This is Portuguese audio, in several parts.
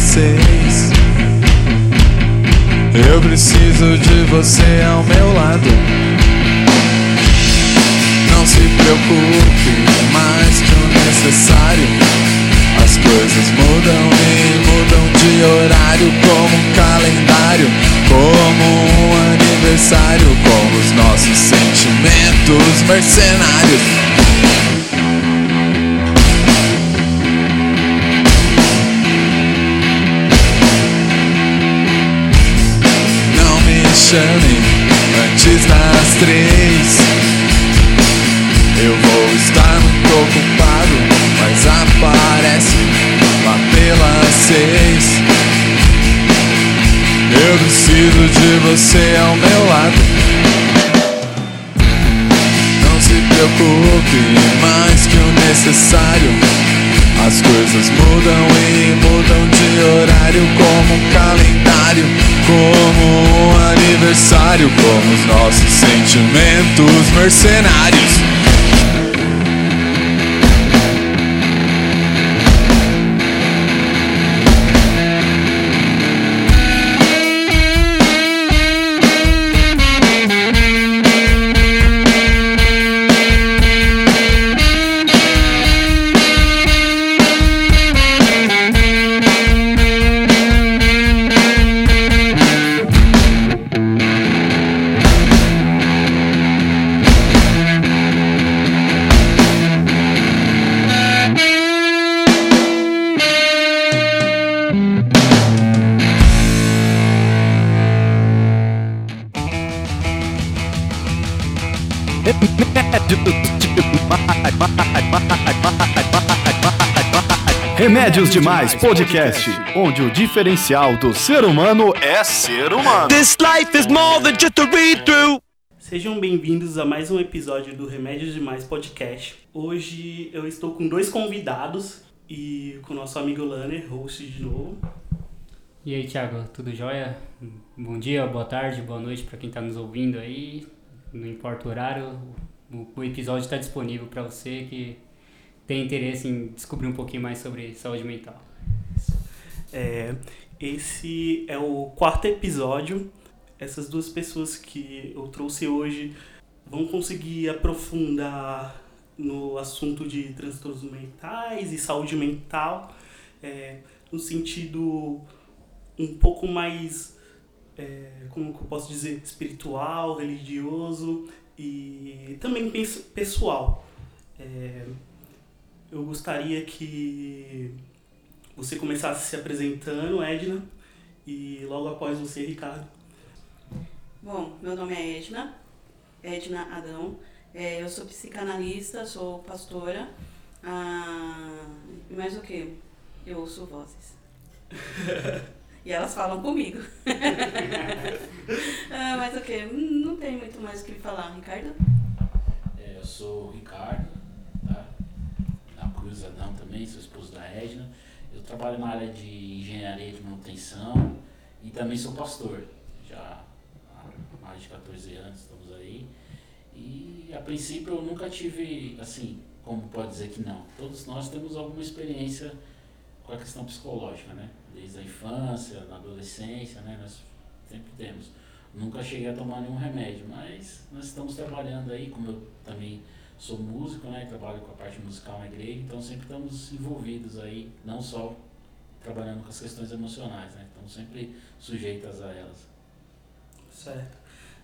vocês. Eu preciso de você ao meu lado. Não se preocupe, mais que o necessário. As coisas mudam e mudam de horário, como um calendário, como um aniversário, como os nossos sentimentos mercenários. Não me chame antes das 3. Eu vou estar muito ocupado, mas aparece lá pelas 6. Eu preciso de você ao meu lado. Não se preocupe, mais que o necessário. As coisas mudam e mudam de horário, como um calendário, como um aniversário, como os nossos sentimentos mercenários. Remédios Demais Podcast, onde o diferencial do ser humano é ser humano. This life is more than just a read-through. Sejam bem-vindos a mais um episódio do Remédios Demais Podcast. Hoje eu estou com 2 convidados e com o nosso amigo Lanner, host de novo. E aí, Thiago, tudo jóia? Bom dia, boa tarde, boa noite para quem está nos ouvindo aí. Não importa o horário, o episódio está disponível para você que tem interesse em descobrir um pouquinho mais sobre saúde mental. Esse é o 4º episódio. Essas 2 pessoas que eu trouxe hoje vão conseguir aprofundar no assunto de transtornos mentais e saúde mental, no sentido um pouco mais, como eu posso dizer, espiritual, religioso e também pessoal. Eu gostaria que você começasse se apresentando, Edna, e logo após você, Ricardo. Bom, meu nome é Edna Adão, eu sou psicanalista, sou pastora, mais o que? Eu ouço vozes. E elas falam comigo. Mas o que? Não tem muito mais o que falar, Ricardo? Eu sou o Ricardo, tá? Na Cruz Adão também, sou esposo da Edna. Eu trabalho na área de engenharia de manutenção e também sou pastor. Já há mais de 14 anos estamos aí. E a princípio eu nunca tive, assim, como pode dizer que não. Todos nós temos alguma experiência com a questão psicológica, né? Desde a infância, na adolescência, né? Nós sempre temos. Nunca cheguei a tomar nenhum remédio, mas nós estamos trabalhando aí, como eu também sou músico, né? Trabalho com a parte musical na igreja, então sempre estamos envolvidos aí, não só trabalhando com as questões emocionais, né? Estamos sempre sujeitas a elas. Certo.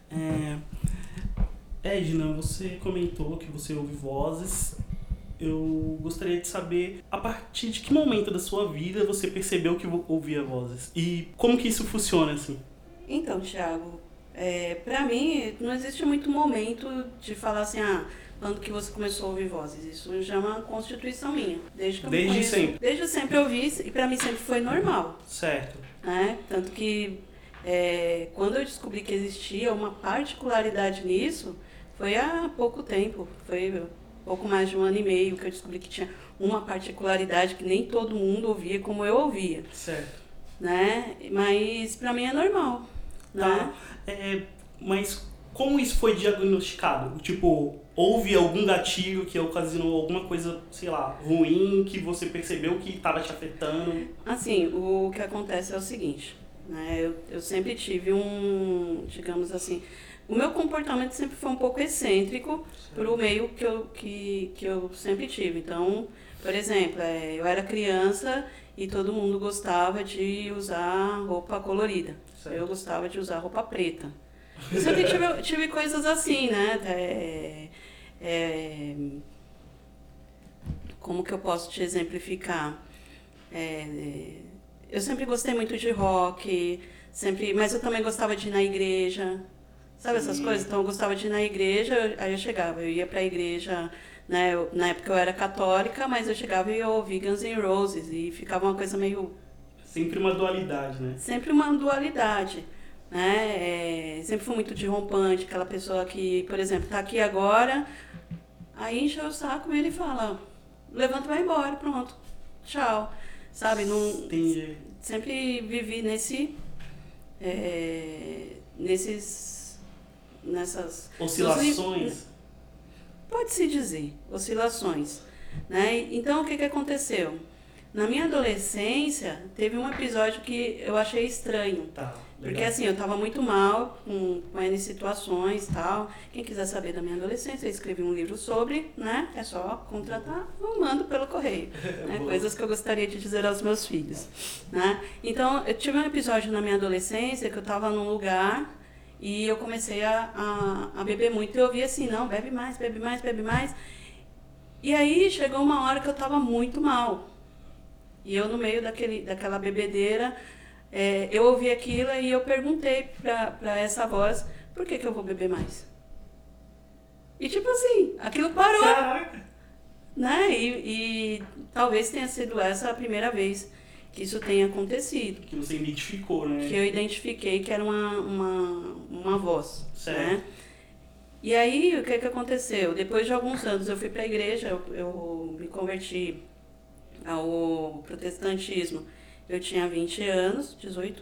Edna, você comentou que você ouve vozes. Eu gostaria de saber a partir de que momento da sua vida você percebeu que ouvia vozes e como que isso funciona assim? Então, Thiago, pra mim não existe muito momento de falar assim, quando que você começou a ouvir vozes. Isso já é uma constituição minha. Desde sempre? Desde sempre eu ouvi e pra mim sempre foi normal. Certo. Né? Tanto que quando eu descobri que existia uma particularidade nisso, foi há pouco tempo, foi pouco mais de 1 ano e meio que eu descobri que tinha uma particularidade que nem todo mundo ouvia como eu ouvia. Certo. Né? Mas pra mim é normal. Tá. Né? Mas como isso foi diagnosticado? Tipo, houve algum gatilho que ocasionou alguma coisa, sei lá, ruim, que você percebeu que estava te afetando? Assim, o que acontece é o seguinte, né? Eu sempre tive digamos assim, o meu comportamento sempre foi um pouco excêntrico pro meio que eu sempre tive. Então, por exemplo, eu era criança e todo mundo gostava de usar roupa colorida. Certo. Eu gostava de usar roupa preta. Eu sempre tive coisas assim, né? Como que eu posso te exemplificar? Eu sempre gostei muito de rock, mas eu também gostava de ir na igreja, sabe essas coisas? Então eu gostava de ir na igreja, aí eu ia pra igreja, né? Na época eu era católica, mas eu chegava e eu ouvia Guns N' Roses e ficava uma coisa meio... Sempre uma dualidade, né? Sempre uma dualidade, né? Sempre fui muito rompante, aquela pessoa que, por exemplo, tá aqui agora, aí enche o saco e ele fala, levanta e vai embora, pronto, tchau. Sabe, não, Entendi. sempre vivi nessas... Oscilações? Pode-se dizer, oscilações, né? Então, o que aconteceu? Na minha adolescência, teve um episódio que eu achei estranho. Tá, legal. Porque assim, eu tava muito mal com N situações e tal. Quem quiser saber da minha adolescência, eu escrevi um livro sobre, né? É só contratar, eu mando pelo correio. Né? Coisas que eu gostaria de dizer aos meus filhos. Né? Então, eu tive um episódio na minha adolescência que eu tava num lugar e eu comecei a beber muito. E eu vi assim, não, bebe mais, bebe mais, bebe mais. E aí chegou uma hora que eu tava muito mal. E eu, no meio daquela bebedeira, eu ouvi aquilo e eu perguntei pra essa voz, por que eu vou beber mais? E tipo assim, aquilo parou. Caraca! Né? E talvez tenha sido essa a primeira vez que isso tenha acontecido. Que você identificou, né? Que eu identifiquei que era uma voz. Certo. Né? E aí, o que aconteceu? Depois de alguns anos eu fui pra igreja, eu me converti ao protestantismo. Eu tinha 20 anos, 18.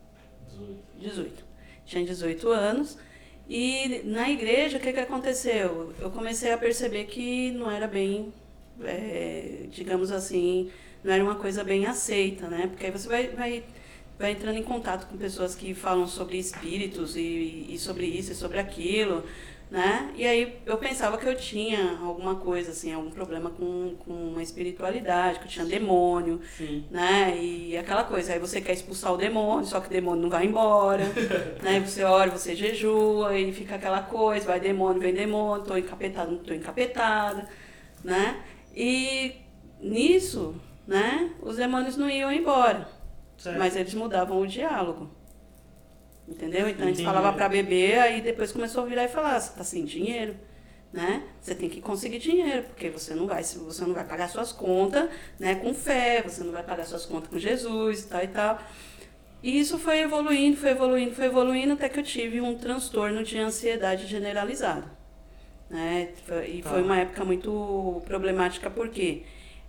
Tinha 18 anos. E na igreja, o que aconteceu? Eu comecei a perceber que não era bem, digamos assim, não era uma coisa bem aceita, né? Porque aí você vai entrando em contato com pessoas que falam sobre espíritos e sobre isso e sobre aquilo, né? E aí eu pensava que eu tinha alguma coisa, assim, algum problema com uma espiritualidade, que eu tinha demônio, Sim. né? E aquela coisa, aí você quer expulsar o demônio, só que o demônio não vai embora, né? Você ora, você jejua, e fica aquela coisa, vai demônio, vem demônio, tô encapetado, não tô encapetada, né? E nisso, né, os demônios não iam embora, Certo. mas eles mudavam o diálogo. Entendeu? Então a gente Entendi. falava para beber, aí depois começou a virar e falar, você tá sem dinheiro, né? Você tem que conseguir dinheiro, porque você não vai pagar suas contas, né, com fé, você não vai pagar suas contas com Jesus e tal e tal. E isso foi evoluindo, até que eu tive um transtorno de ansiedade generalizada, né? E foi uma época muito problemática porque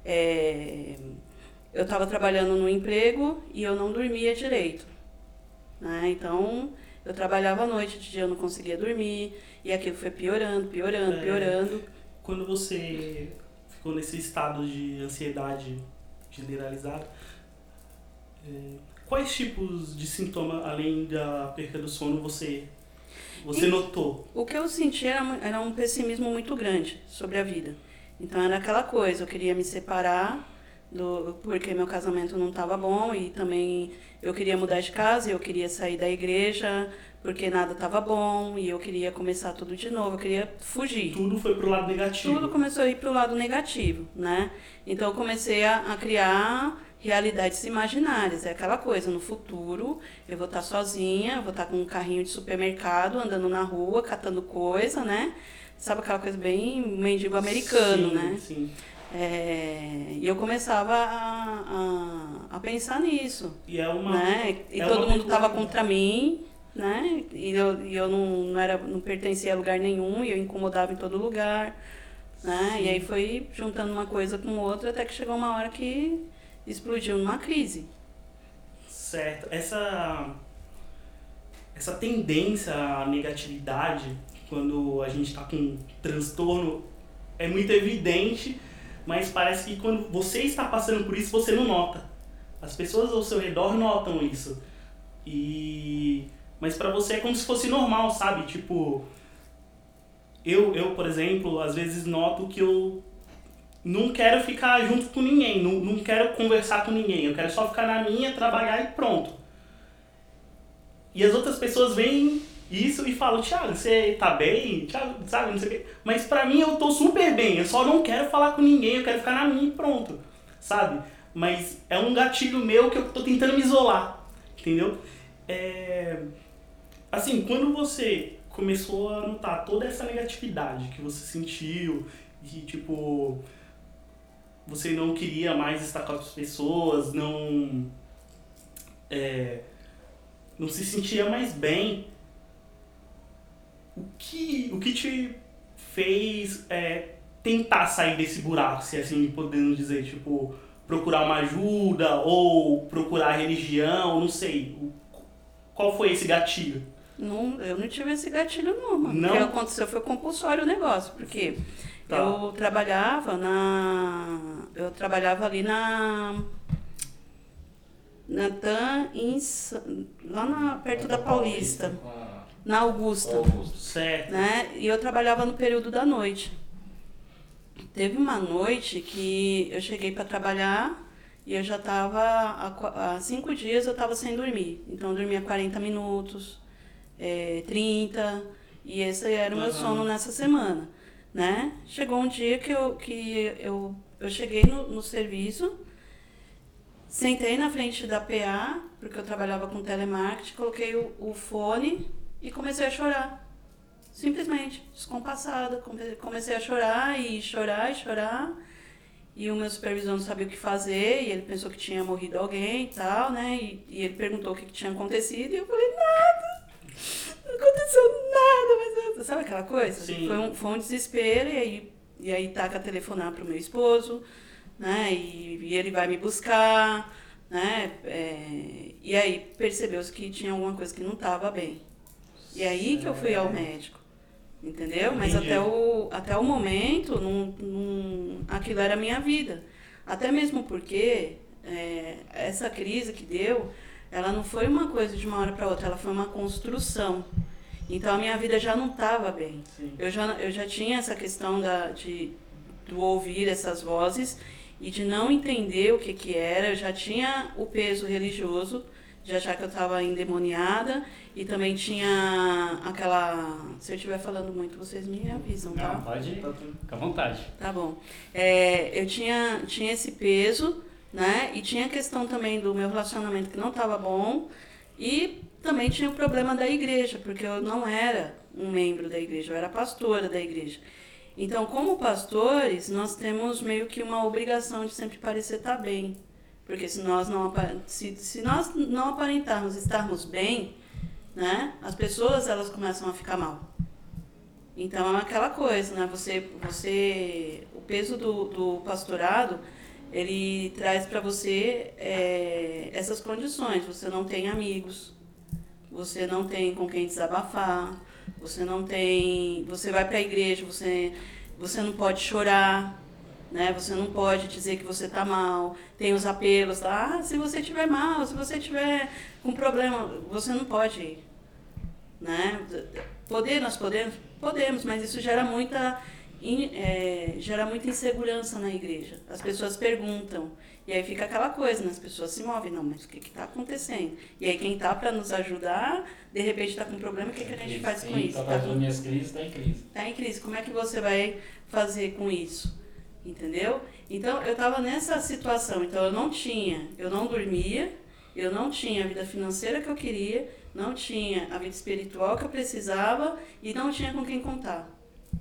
eu estava trabalhando no emprego e eu não dormia direito. Né? Então, eu trabalhava à noite, de dia eu não conseguia dormir, e aquilo foi piorando. Quando você ficou nesse estado de ansiedade generalizada, quais tipos de sintoma, além da perda do sono, você notou? O que eu senti era um pessimismo muito grande sobre a vida. Então, era aquela coisa, eu queria me separar, porque meu casamento não estava bom e também eu queria mudar de casa, eu queria sair da igreja porque nada estava bom e eu queria começar tudo de novo, eu queria fugir. Tudo foi pro lado negativo. Tudo começou a ir pro lado negativo, né? Então eu comecei a criar realidades imaginárias, é aquela coisa, no futuro eu vou estar sozinha, eu vou estar com um carrinho de supermercado, andando na rua, catando coisa, né? Sabe aquela coisa bem mendigo americano, sim, né? Sim. E eu começava a pensar nisso. E né? E todo mundo estava contra mim, né? E eu não pertencia a lugar nenhum, e eu incomodava em todo lugar. Né? E aí foi juntando uma coisa com outra, até que chegou uma hora que explodiu numa crise. Certo. Essa essa tendência à negatividade, quando a gente está com transtorno, é muito evidente, mas parece que quando você está passando por isso, você não nota. As pessoas ao seu redor notam isso. Mas pra você é como se fosse normal, sabe? Tipo, eu, por exemplo, às vezes noto que eu não quero ficar junto com ninguém, não quero conversar com ninguém, eu quero só ficar na minha, trabalhar e pronto. E as outras pessoas veem isso e falam, Thiago, você tá bem? Thiago, sabe, não sei o quê. Mas pra mim eu tô super bem, eu só não quero falar com ninguém, eu quero ficar na minha e pronto, sabe? Mas é um gatilho meu que eu tô tentando me isolar, entendeu? Assim, quando você começou a notar toda essa negatividade que você sentiu, e tipo, você não queria mais estar com as pessoas, não se sentia mais bem, o que te fez tentar sair desse buraco, se assim podemos dizer, tipo, procurar uma ajuda ou procurar religião, não sei. Qual foi esse gatilho? Não, eu não tive esse gatilho não, mano. Não? O que aconteceu foi compulsório o negócio, porque eu trabalhava ali na TAM, lá perto da Paulista, na Augusta, certo. né? E eu trabalhava no período da noite. Teve uma noite que eu cheguei para trabalhar e eu já estava, há 5 dias eu estava sem dormir. Então eu dormia 40 minutos, 30, e esse era o meu sono nessa semana, né? Chegou um dia que eu cheguei no serviço, sentei na frente da PA, porque eu trabalhava com telemarketing, coloquei o fone e comecei a chorar. Simplesmente, descompassada. Comecei a chorar e chorar. E o meu supervisor não sabia o que fazer, e ele pensou que tinha morrido alguém e tal, né? E ele perguntou o que tinha acontecido, e eu falei, nada! Não aconteceu nada, mas sabe aquela coisa? Sim. Foi um desespero, e aí taca a telefonar pro meu esposo, né? E ele vai me buscar, né? E aí percebeu-se que tinha alguma coisa que não estava bem. E aí que eu fui ao médico. Entendeu? Mas até o momento, aquilo era a minha vida. Até mesmo porque essa crise que deu, ela não foi uma coisa de uma hora para outra, ela foi uma construção. Então a minha vida já não estava bem. Eu já tinha essa questão do ouvir essas vozes e de não entender o que era. Eu já tinha o peso religioso, de achar que eu estava endemoniada, e também tinha aquela... Se eu estiver falando muito, vocês me avisam, tá? Não, pode ir, fica à vontade. Tá bom. Eu tinha esse peso, né? E tinha a questão também do meu relacionamento que não estava bom, e também tinha o problema da igreja, porque eu não era um membro da igreja, eu era pastora da igreja. Então, como pastores, nós temos meio que uma obrigação de sempre parecer estar bem. Porque se nós não aparentarmos estarmos bem, né, as pessoas elas começam a ficar mal. Então é aquela coisa, né? O peso do pastorado, ele traz para você essas condições. Você não tem amigos, você não tem com quem desabafar, você vai para a igreja, você não pode chorar. Né? Você não pode dizer que você está mal. Tem os apelos lá, se você estiver mal, se você estiver com problema, você não pode ir. Né? Nós podemos, mas isso gera muita insegurança na igreja. As pessoas perguntam, e aí fica aquela coisa, né? As pessoas se movem, não, mas o que está acontecendo? E aí quem está para nos ajudar, de repente está com problema, o que a gente faz com isso? Está com minhas crises, está em crise. Está em crise, como é que você vai fazer com isso? Entendeu? Então, eu estava nessa situação. Então, eu não dormia, eu não tinha a vida financeira que eu queria, não tinha a vida espiritual que eu precisava e não tinha com quem contar.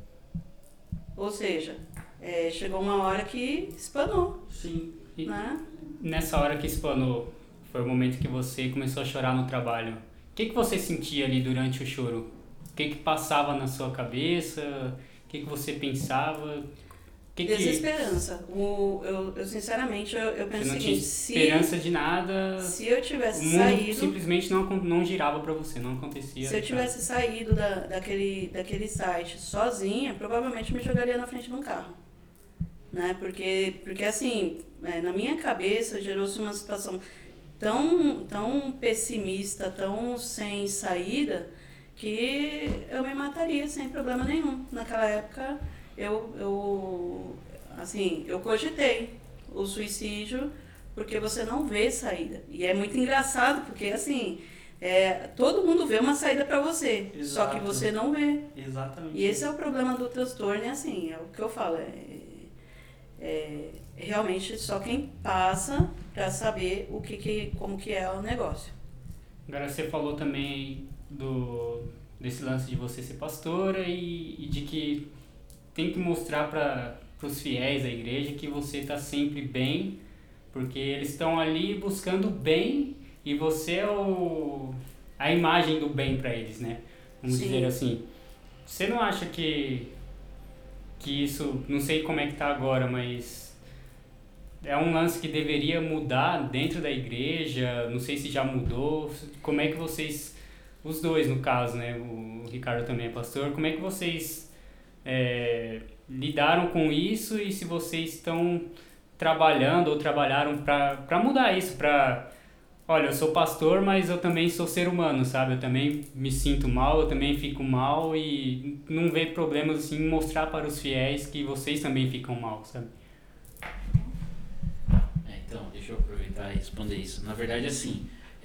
Ou seja, chegou uma hora que espanou. Sim. Né? Nessa hora que espanou, foi o momento que você começou a chorar no trabalho. O que você sentia ali durante o choro? O que passava na sua cabeça? O que você pensava? Desesperança. Eu sinceramente, eu penso o Você não tinha seguinte, esperança de nada, se eu tivesse o mundo saído... simplesmente não girava pra você, não acontecia. Se eu tivesse saído daquele site sozinha, provavelmente me jogaria na frente de um carro. Né? Porque assim, na minha cabeça gerou-se uma situação tão pessimista, tão sem saída, que eu me mataria sem problema nenhum. Naquela época, eu cogitei o suicídio porque você não vê saída. E é muito engraçado, porque assim, todo mundo vê uma saída para você, Exato. só que você não vê. Exatamente. E esse é o problema do transtorno, é assim, é o que eu falo, realmente só quem passa para saber como que é o negócio. Agora você falou também desse lance de você ser pastora e de que tem que mostrar para os fiéis da igreja que você está sempre bem, porque eles estão ali buscando bem e você é a imagem do bem para eles, né? Vamos Sim. dizer assim. Você não acha que isso, não sei como é que tá agora, mas é um lance que deveria mudar dentro da igreja? Não sei se já mudou. Como é que vocês, os dois no caso, né? O Ricardo também é pastor. Como é que vocês lidaram com isso e se vocês estão trabalhando ou trabalharam para mudar isso, olha, eu sou pastor, mas eu também sou ser humano, sabe? Eu também me sinto mal, eu também fico mal e não vejo problemas assim em mostrar para os fiéis que vocês também ficam mal, sabe? Então, deixa eu aproveitar e responder isso. Na verdade, assim,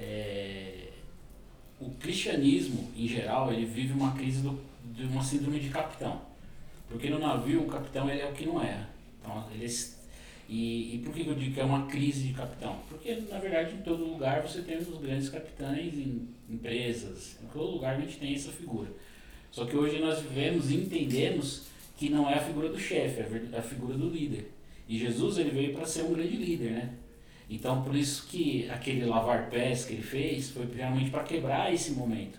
o cristianismo, em geral, ele vive uma crise de uma síndrome de capitão. Porque no navio, o capitão ele é o que não é. Então, e por que eu digo que é uma crise de capitão? Porque, na verdade, em todo lugar você tem os grandes capitães em empresas. Em todo lugar a gente tem essa figura. Só que hoje nós vivemos e entendemos que não é a figura do chefe, é a figura do líder. E Jesus ele veio para ser um grande líder, né? Então, por isso que aquele lavar pés que ele fez foi realmente para quebrar esse momento.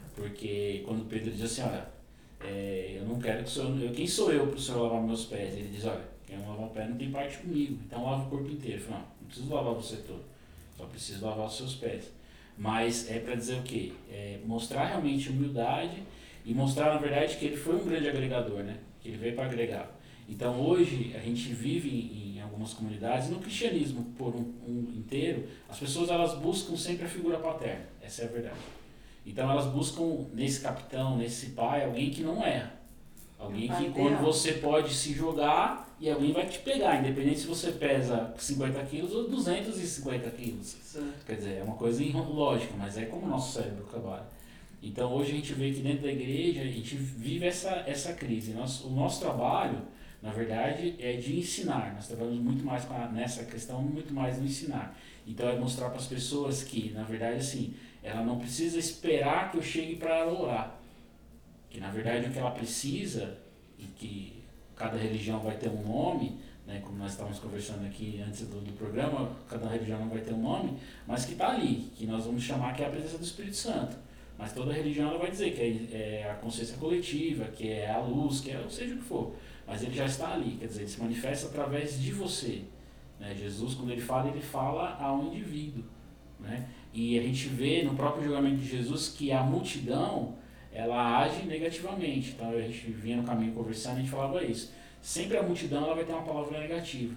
Porque quando Pedro diz assim, olha, eu não quero que o senhor... Quem sou eu para o senhor lavar meus pés? Ele diz, olha, quem não lava o pé não tem parte comigo, então lava o corpo inteiro. Ele falou, não preciso lavar você todo, só preciso lavar os seus pés. Mas é para dizer o quê? Mostrar realmente humildade e mostrar, na verdade, que ele foi um grande agregador, né? Que ele veio para agregar. Então hoje a gente vive em algumas comunidades, no cristianismo por um inteiro, as pessoas elas buscam sempre a figura paterna, essa é a verdade. Então elas buscam nesse capitão, nesse pai, alguém que não erra. Alguém que quando você pode se jogar e alguém vai te pegar, independente se você pesa 50 quilos ou 250 quilos. Quer dizer, é uma coisa lógica, mas é como o nosso cérebro trabalha. Então hoje a gente vê que dentro da igreja a gente vive essa crise. O nosso trabalho, na verdade, é de ensinar. Nós trabalhamos muito mais nessa questão, muito mais no ensinar. Então é mostrar para as pessoas que, na verdade, assim, ela não precisa esperar que eu chegue para ela orar. Que na verdade o que ela precisa, e que cada religião vai ter um nome, né, como nós estávamos conversando aqui antes do programa, cada religião vai ter um nome, mas que está ali, que nós vamos chamar que é a presença do Espírito Santo. Mas toda religião ela vai dizer que é a consciência coletiva, que é a luz, que é seja o que for. Mas ele já está ali, quer dizer, ele se manifesta através de você. Né? Jesus, quando ele fala ao indivíduo. Né? E a gente vê no próprio julgamento de Jesus que a multidão ela age negativamente. Então a gente vinha no caminho conversando e a gente falava isso. Sempre a multidão ela vai ter uma palavra negativa.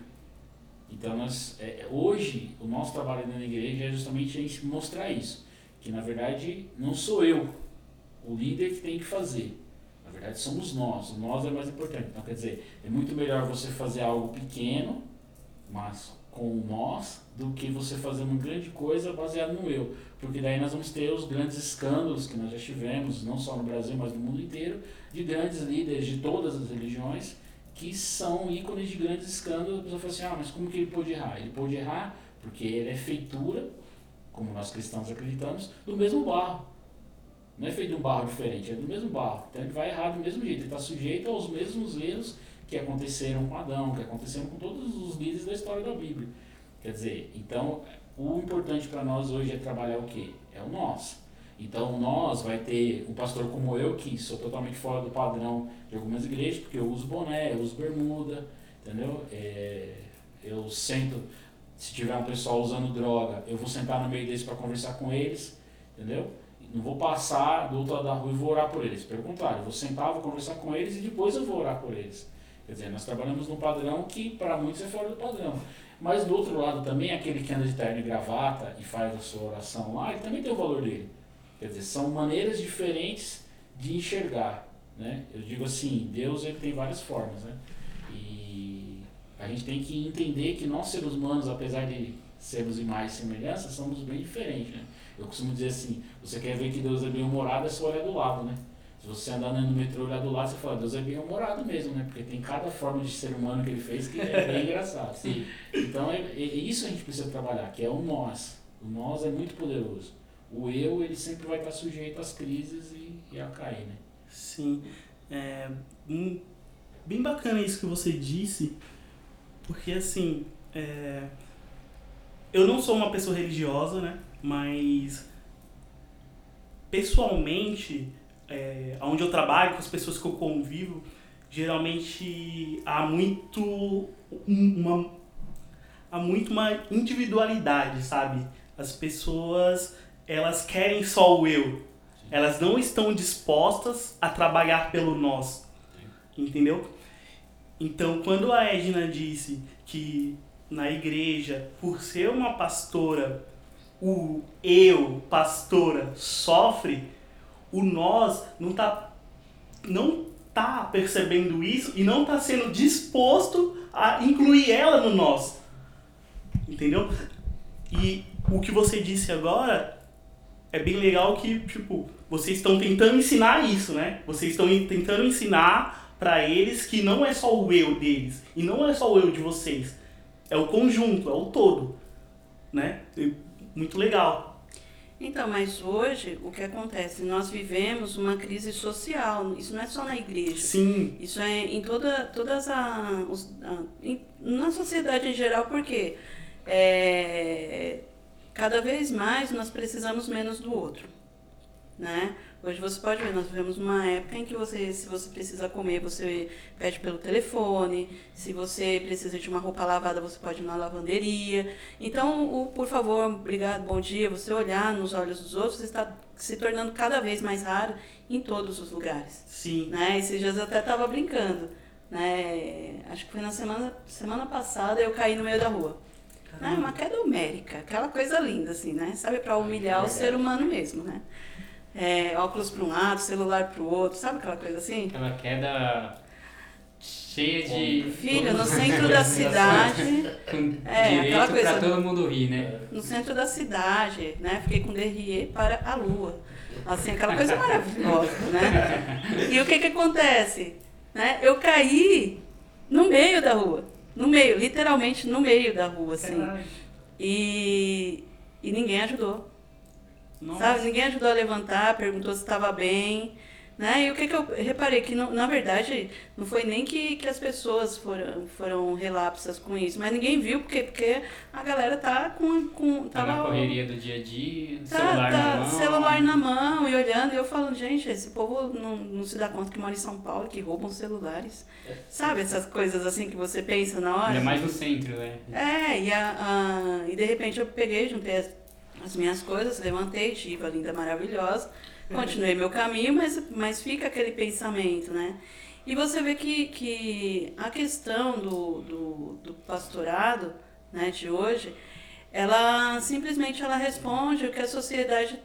Então hoje o nosso trabalho dentro da igreja é justamente a gente mostrar isso. Que na verdade não sou eu o líder que tem que fazer. Na verdade somos nós. O nós é mais importante. Então quer dizer, é muito melhor você fazer algo pequeno, mas com o nós, do que você fazer uma grande coisa baseada no eu. Porque daí nós vamos ter os grandes escândalos que nós já tivemos, não só no Brasil, mas no mundo inteiro, de grandes líderes de todas as religiões, que são ícones de grandes escândalos. A pessoa fala assim, mas como que ele pôde errar? Ele pôde errar porque ele é feitura, como nós cristãos acreditamos, do mesmo barro. Não é feito de um barro diferente, é do mesmo barro. Então ele vai errar do mesmo jeito, ele está sujeito aos mesmos erros que aconteceram com Adão, que aconteceram com todos os líderes da história da Bíblia. Quer dizer, então, o importante para nós hoje é trabalhar o quê? É o nós. Então, nós vai ter um pastor como eu, que sou totalmente fora do padrão de algumas igrejas, porque eu uso boné, eu uso bermuda, entendeu? Eu sento, se tiver um pessoal usando droga, eu vou sentar no meio deles para conversar com eles, entendeu? Não vou passar do outro lado da rua e vou orar por eles. Pelo contrário, eu vou sentar, vou conversar com eles e depois eu vou orar por eles. Quer dizer, nós trabalhamos num padrão que para muitos é fora do padrão. Mas do outro lado também, aquele que anda de terno e gravata e faz a sua oração lá, ele também tem o valor dele. Quer dizer, são maneiras diferentes de enxergar, né? Eu digo assim, Deus ele tem várias formas, né? E a gente tem que entender que nós seres humanos, apesar de sermos imagem e semelhança, somos bem diferentes, né? Eu costumo dizer assim, você quer ver que Deus é bem-humorado, é só olhar do lado, né? Se você andar no metrô e olhar do lado, você fala, Deus é bem-humorado mesmo, né? Porque tem cada forma de ser humano que ele fez que é bem engraçado. Sim. Então, isso a gente precisa trabalhar, que é o nós. O nós é muito poderoso. O eu, ele sempre vai estar sujeito às crises e a cair, né? Sim. Bem bacana isso que você disse, porque assim, eu não sou uma pessoa religiosa, né? Mas pessoalmente, onde eu trabalho, com as pessoas que eu convivo, geralmente há muito uma individualidade, sabe? As pessoas, elas querem só o eu. Elas não estão dispostas a trabalhar pelo nós. Entendeu? Então, quando a Edna disse que na igreja, por ser uma pastora, o eu, pastora, sofre, o nós não tá percebendo isso e não tá sendo disposto a incluir ela no nós. Entendeu? E o que você disse agora é bem legal que, tipo, vocês estão tentando ensinar isso, né? Vocês estão tentando ensinar para eles que não é só o eu deles e não é só o eu de vocês. É o conjunto, é o todo, né? Muito legal. Então, mas hoje, o que acontece? Nós vivemos uma crise social, isso não é só na igreja. Sim. Isso é em na sociedade em geral, porque cada vez mais nós precisamos menos do outro, né? Hoje você pode ver, nós vivemos uma época em que se você precisa comer, você pede pelo telefone. Se você precisa de uma roupa lavada, você pode ir na lavanderia. Então, por favor, obrigado, bom dia, você olhar nos olhos dos outros está se tornando cada vez mais raro em todos os lugares. Sim. Né? Esses dias eu até estava brincando, né? Acho que foi na semana passada, eu caí no meio da rua. Né? Uma queda homérica, aquela coisa linda, assim, né? Sabe, para humilhar o ser humano mesmo, né? Óculos para um lado, celular para o outro, sabe aquela coisa assim? Aquela queda cheia de... Filho, no centro da cidade... Com direito aquela coisa, pra todo mundo rir, né? No centro da cidade, né? Fiquei com derrière para a lua. Assim, aquela coisa maravilhosa, né? E o que acontece? Né? Eu caí no meio da rua. No meio, literalmente no meio da rua, assim. E ninguém ajudou. Nossa. Sabe? Ninguém ajudou a levantar, perguntou se estava bem, né? E o que eu reparei? Que, na verdade, não foi nem que as pessoas foram relapsas com isso, mas ninguém viu, porque a galera tá Tá na correria do dia a dia, celular na mão e olhando, e eu falando, gente, esse povo não se dá conta que mora em São Paulo, que roubam celulares. Sabe, essas coisas assim que você pensa na hora? Ainda mais no centro, né? E de repente eu peguei, juntei as minhas coisas, levantei, tive a linda maravilhosa, continuei meu caminho, mas fica aquele pensamento, né? E você vê que a questão do pastorado, né, de hoje, ela simplesmente responde o que a sociedade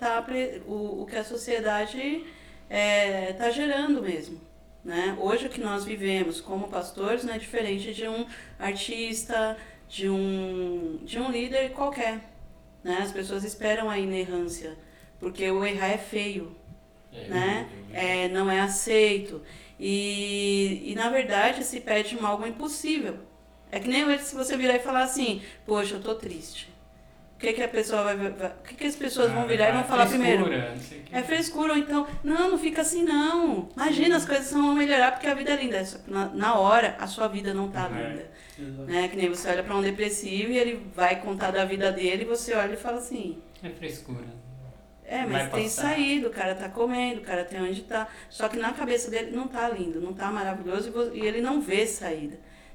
está gerando mesmo, né? Hoje o que nós vivemos como pastores não é diferente de um artista, de um líder qualquer. Né? As pessoas esperam a inerrância, porque o errar é feio, né? Não é aceito. E na verdade se pede algo impossível. É que nem se você virar e falar assim, poxa, eu tô triste. O que a pessoa o que as pessoas vão virar e vão falar primeiro? É frescura, ou então, não fica assim não. Imagina, as coisas vão melhorar porque a vida é linda. Na hora, a sua vida não tá linda. Né? Que nem você olha para um depressivo e ele vai contar da vida dele e você olha e fala assim... É frescura. Mas tem saído, o cara tá comendo, o cara tem onde tá. Só que na cabeça dele não tá lindo, não tá maravilhoso e ele não vê saída.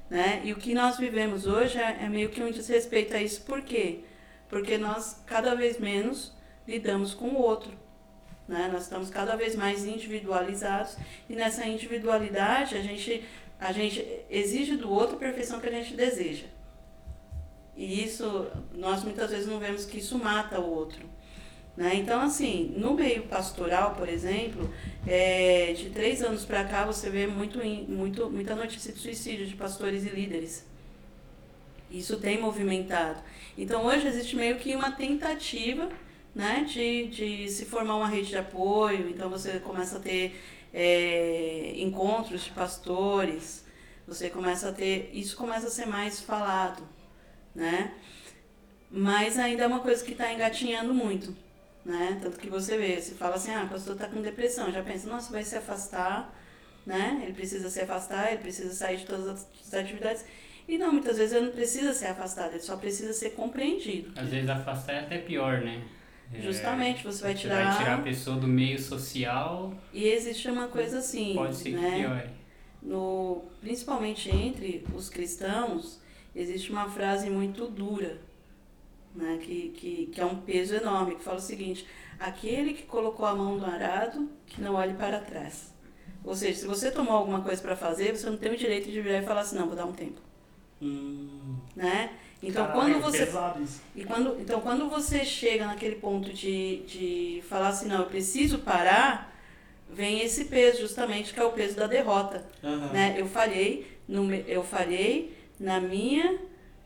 né? E o que nós vivemos hoje é meio que um desrespeito a isso. Por quê? Porque nós cada vez menos lidamos com o outro, né? Nós estamos cada vez mais individualizados e nessa individualidade a gente exige do outro a perfeição que a gente deseja. E isso, nós muitas vezes não vemos que isso mata o outro, né? Então, assim, no meio pastoral, por exemplo, de 3 anos para cá, você vê muita notícia de suicídio de pastores e líderes. Isso tem movimentado. Então, hoje existe meio que uma tentativa, né, de se formar uma rede de apoio. Então, você começa a ter encontros de pastores, isso começa a ser mais falado, né? Mas ainda é uma coisa que está engatinhando muito, né? Tanto que você fala assim, o pastor está com depressão, já pensa, nossa, vai se afastar, né? Ele precisa se afastar, ele precisa sair de todas as atividades. E não, muitas vezes ele não precisa ser afastado, ele só precisa ser compreendido. Às vezes afastar é até pior, né? Justamente, você vai tirar a pessoa do meio social. E existe uma coisa assim, pode ser, né? Que piore. Principalmente entre os cristãos, existe uma frase muito dura, né? Que é um peso enorme, que fala o seguinte: aquele que colocou a mão no arado, que não olhe para trás. Ou seja, se você tomou alguma coisa para fazer, você não tem o direito de virar e falar assim, não, vou dar um tempo. Né? Então, quando você chega naquele ponto de falar assim, não, eu preciso parar, vem esse peso justamente, que é o peso da derrota. Uhum. Né? Eu falhei na minha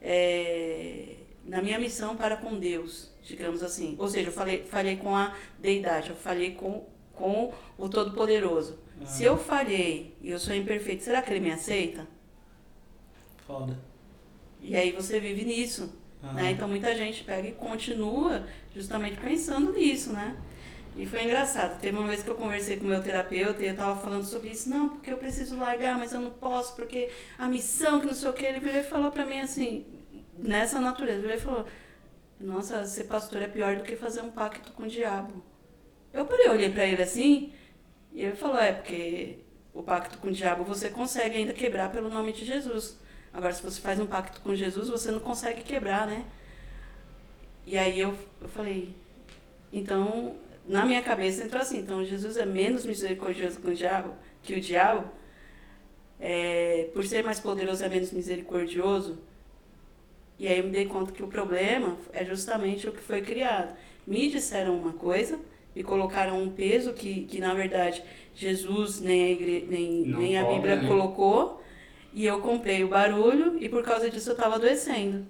missão para com Deus, digamos assim. Ou seja, eu falhei com a deidade, eu falhei com o Todo-Poderoso. Uhum. Se eu falhei e eu sou imperfeito, será que ele me aceita? Foda. E aí você vive nisso. Uhum. Né? Então muita gente pega e continua justamente pensando nisso, né? E foi engraçado. Teve uma vez que eu conversei com o meu terapeuta e eu estava falando sobre isso. Não, porque eu preciso largar, mas eu não posso, porque a missão, que não sei o que. Ele virou e falou pra mim assim, nessa natureza, ele virou e falou, nossa, ser pastor é pior do que fazer um pacto com o diabo. Eu olhei pra ele assim, e ele falou, porque o pacto com o diabo você consegue ainda quebrar pelo nome de Jesus. Agora, se você faz um pacto com Jesus, você não consegue quebrar, né? E aí eu falei, então, na minha cabeça entrou assim, então Jesus é menos misericordioso que o diabo, por ser mais poderoso é menos misericordioso. E aí eu me dei conta que o problema é justamente o que foi criado. Me disseram uma coisa, me colocaram um peso que na verdade, Jesus nem a Bíblia colocou. E eu comprei o barulho e por causa disso eu estava adoecendo.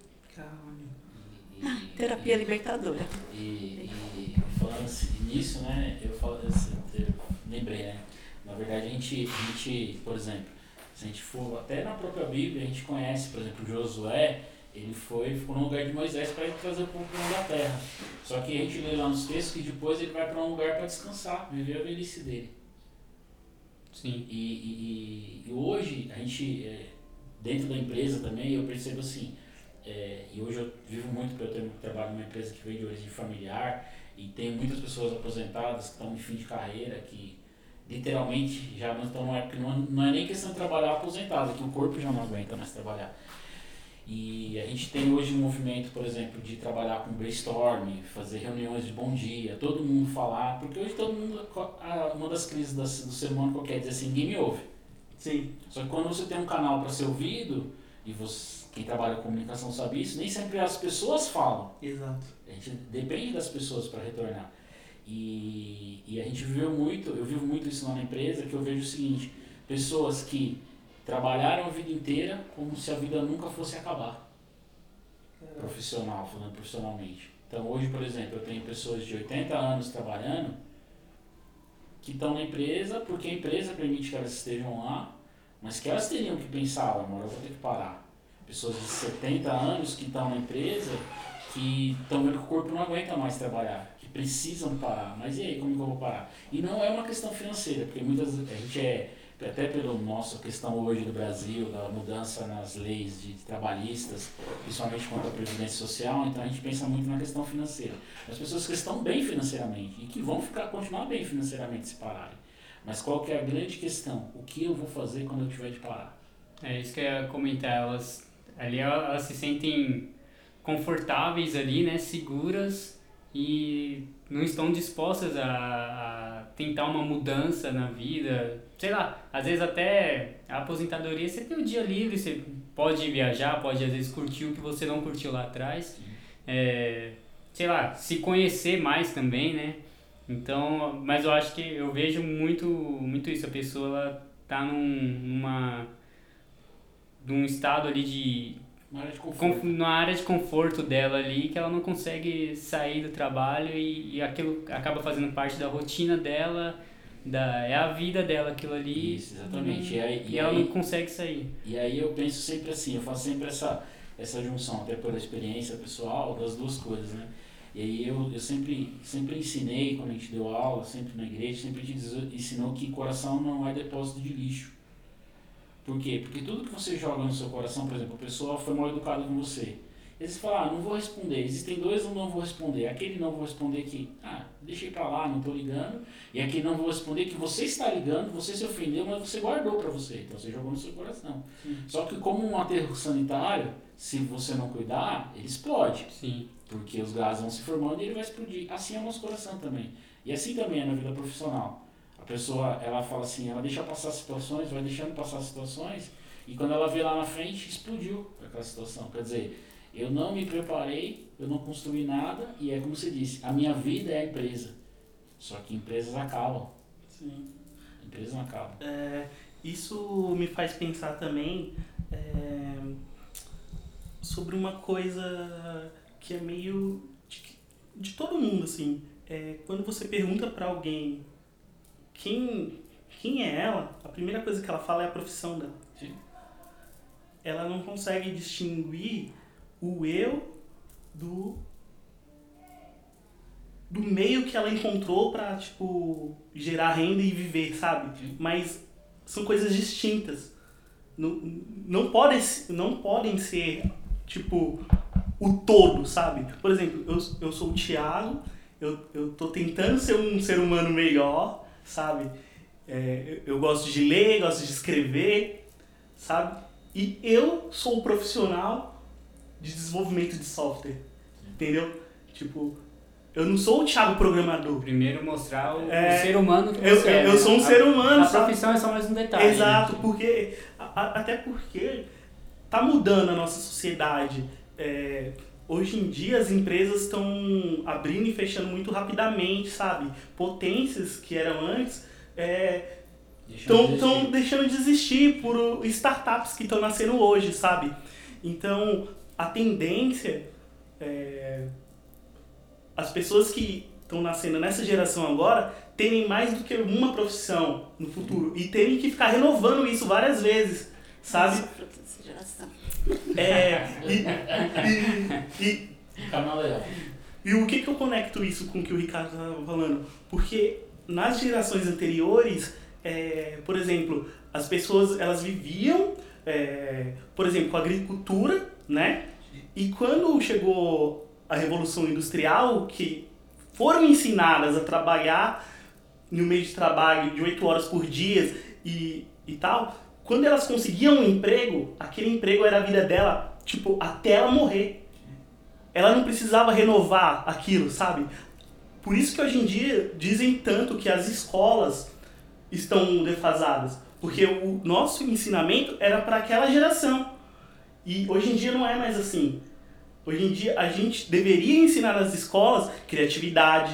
Terapia libertadora. E falando assim, nisso, né, eu lembrei, né? Na verdade, a gente, por exemplo, se a gente for até na própria Bíblia, a gente conhece, por exemplo, Josué, ele ficou no lugar de Moisés para trazer o povo para a terra. Só que a gente lê lá nos textos que depois ele vai para um lugar para descansar, viver a velhice dele. Sim. E hoje, a gente, dentro da empresa também, eu percebo assim, e hoje eu vivo muito, porque eu trabalho numa empresa que vem de origem familiar, e tem muitas pessoas aposentadas que estão em fim de carreira, que literalmente já não estão numa época, não é nem questão de trabalhar aposentado, que o corpo já não aguenta mais trabalhar. E a gente tem hoje um movimento, por exemplo, de trabalhar com brainstorm, fazer reuniões de bom dia, todo mundo falar, porque hoje todo mundo, uma das crises do ser humano qualquer é dizer assim, ninguém me ouve. Sim. Só que quando você tem um canal para ser ouvido, e quem trabalha com comunicação sabe isso, nem sempre as pessoas falam. Exato. A gente depende das pessoas para retornar. E a gente eu vivo muito isso lá na empresa, que eu vejo o seguinte, pessoas que trabalharam a vida inteira como se a vida nunca fosse acabar. Falando profissionalmente. Então hoje, por exemplo, eu tenho pessoas de 80 anos trabalhando que estão na empresa porque a empresa permite que elas estejam lá, mas que elas teriam que pensar, amor, eu vou ter que parar. Pessoas de 70 anos que estão na empresa que estão vendo que o corpo não aguenta mais trabalhar, que precisam parar. Mas e aí, como que eu vou parar? E não é uma questão financeira, porque a gente até pela nossa questão hoje do Brasil, da mudança nas leis trabalhistas, principalmente quanto à previdência social, então a gente pensa muito na questão financeira. As pessoas que estão bem financeiramente e que vão continuar bem financeiramente se pararem. Mas qual que é a grande questão? O que eu vou fazer quando eu tiver de parar? É isso que eu ia comentar. Elas se sentem confortáveis ali, né? Seguras e não estão dispostas a tentar uma mudança na vida. Sei lá, às vezes até a aposentadoria você tem o dia livre, você pode viajar, pode às vezes curtir o que você não curtiu lá atrás. Sei lá, se conhecer mais também, né? Então, mas eu acho que eu vejo muito isso. A pessoa ela tá num estado ali de na área de conforto dela ali, que ela não consegue sair do trabalho e aquilo acaba fazendo parte da rotina dela, é a vida dela aquilo ali. Isso, exatamente. E ela não consegue sair. E aí eu penso sempre assim, eu faço sempre essa junção, até pela experiência pessoal, das duas coisas, né? E aí eu sempre ensinei, quando a gente deu aula, sempre na igreja, sempre a gente ensinou que coração não é depósito de lixo. Por quê? Porque tudo que você joga no seu coração, por exemplo, a pessoa foi mal educada com você. E você fala, não vou responder. Existem dois não vou responder. Aquele não vou responder que, deixei pra lá, não tô ligando. E aquele não vou responder que você está ligando, você se ofendeu, mas você guardou pra você. Então você jogou no seu coração. Sim. Só que como um aterro sanitário, se você não cuidar, ele explode. Sim. Porque os gases vão se formando e ele vai explodir. Assim é o nosso coração também. E assim também é na vida profissional. A pessoa, ela fala assim, ela deixa passar situações, vai deixando passar situações, e quando ela vê lá na frente, explodiu aquela situação. Quer dizer, eu não me preparei, eu não construí nada, e é como você disse, a minha vida é a empresa. Só que empresas acabam. Sim. Empresas não acabam. Isso me faz pensar também sobre uma coisa que é meio de todo mundo, assim. Quando você pergunta para alguém quem é ela, a primeira coisa que ela fala é a profissão dela. Sim. Ela não consegue distinguir o eu do meio que ela encontrou pra, gerar renda e viver, sabe? Sim. Mas são coisas distintas. Não podem ser, o todo, sabe? Por exemplo, eu sou o Thiago, eu tô tentando ser um ser humano melhor, sabe? Eu gosto de ler, gosto de escrever, sabe? E eu sou o profissional de desenvolvimento de software, entendeu? Eu não sou o Thiago programador. Primeiro mostrar o ser humano que você é. Eu sou um ser humano, sabe? A profissão é só mais um detalhe. Exato, né? Até porque tá mudando a nossa sociedade. Hoje em dia as empresas estão abrindo e fechando muito rapidamente, sabe? Potências que eram antes estão deixando de existir por startups que estão nascendo hoje, sabe? Então, a tendência as pessoas que estão nascendo nessa geração agora terem mais do que uma profissão no futuro e terem que ficar renovando isso várias vezes, sabe? Essa geração. E o que eu conecto isso com o que o Ricardo estava falando? Porque nas gerações anteriores, por exemplo, as pessoas elas viviam, por exemplo, com a agricultura, né? E quando chegou a Revolução Industrial, que foram ensinadas a trabalhar no meio de trabalho de 8 horas por dia e tal, quando elas conseguiam um emprego, aquele emprego era a vida dela, até ela morrer. Ela não precisava renovar aquilo, sabe? Por isso que hoje em dia dizem tanto que as escolas estão defasadas. Porque o nosso ensinamento era para aquela geração. E hoje em dia não é mais assim. Hoje em dia a gente deveria ensinar nas escolas criatividade,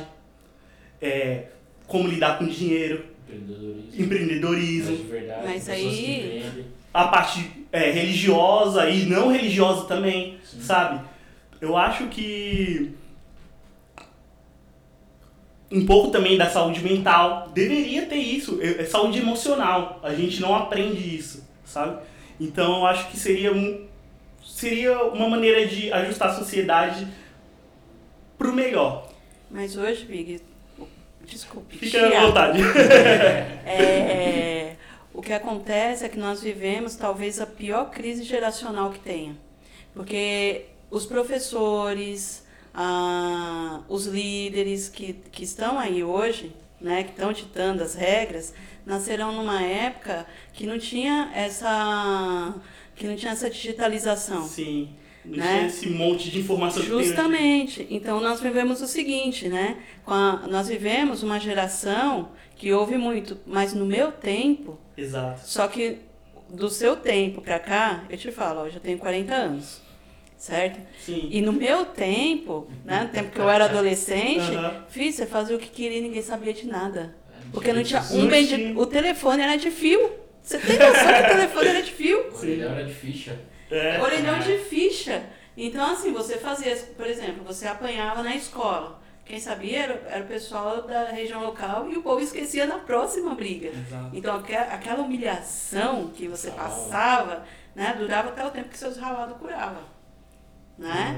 como lidar com dinheiro, empreendedorismo, mas aí a parte religiosa e não religiosa também, sim, sabe? Eu acho que um pouco também da saúde mental deveria ter isso, saúde emocional, a gente não aprende isso, sabe? Então eu acho que seria uma maneira de ajustar a sociedade pro melhor. Mas hoje, Big, desculpe. Fica à vontade. O que acontece é que nós vivemos talvez a pior crise geracional que tenha. Porque os professores, os líderes que estão aí hoje, né, que estão ditando as regras, nascerão numa época que não tinha essa digitalização. Sim. Não Né? tinha esse monte de informação que tem hoje. Justamente. Então, nós vivemos o seguinte, né? Nós vivemos uma geração que ouve muito, mas no meu tempo, Exato. só que do seu tempo para cá, eu te falo, hoje eu tenho 40 anos, certo? Sim. E no meu tempo, né, no tempo que eu era adolescente, Aham. você fazia o que queria e ninguém sabia de nada. Porque não tinha tinha Não um bendito. tinha. O telefone era de fio. Você tem noção que o telefone era de fio? Orelhão era de ficha. É. Orelhão de ficha. Então, assim, você fazia, por exemplo, você apanhava na escola. Quem sabia era o pessoal da região local e o povo esquecia na próxima briga. Exato. Então, aquela humilhação que você passava, né, durava até o tempo que seus ralados curavam. Né?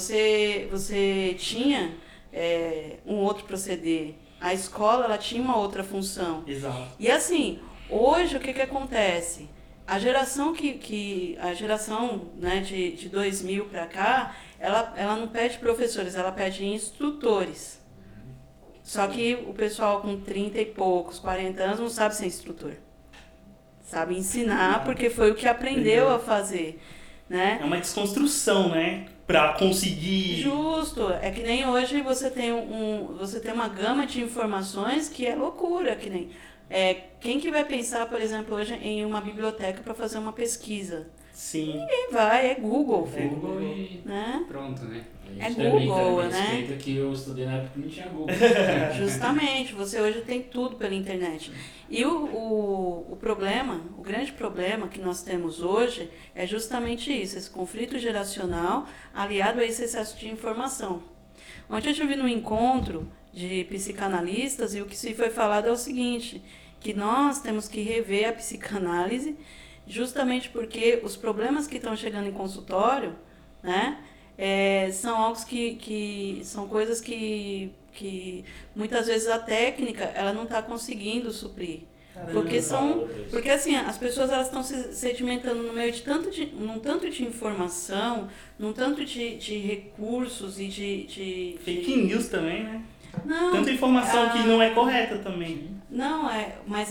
Você tinha um outro proceder. A escola ela tinha uma outra função. Exato. E assim, hoje o que acontece? A geração a geração, né, de 2000 para cá, ela não pede professores, ela pede instrutores. Só que o pessoal com 30 e poucos, 40 anos não sabe ser instrutor. Sabe ensinar porque foi o que aprendeu a fazer, né? É uma desconstrução, né? Pra conseguir... Justo. É que nem hoje você tem você tem uma gama de informações que é loucura, que nem quem que vai pensar, por exemplo, hoje em uma biblioteca para fazer uma pesquisa? Sim. Ninguém vai, é Google, É filho, Google e né? pronto, né? A gente É também Google, respeita que eu estudei na época que não tinha Google. Justamente, você hoje tem tudo pela internet. E o problema, o grande problema que nós temos hoje é justamente isso, esse conflito geracional aliado a esse excesso de informação. Ontem eu estive num encontro de psicanalistas e o que se foi falado é o seguinte, que nós temos que rever a psicanálise justamente porque os problemas que estão chegando em consultório, né, são algo que são coisas que muitas vezes a técnica ela não está conseguindo suprir. Porque assim, as pessoas elas estão se sedimentando no meio de num tanto de informação, num tanto de recursos e de Fake news também, né? Não, Tanta informação que não é correta também. Não, mas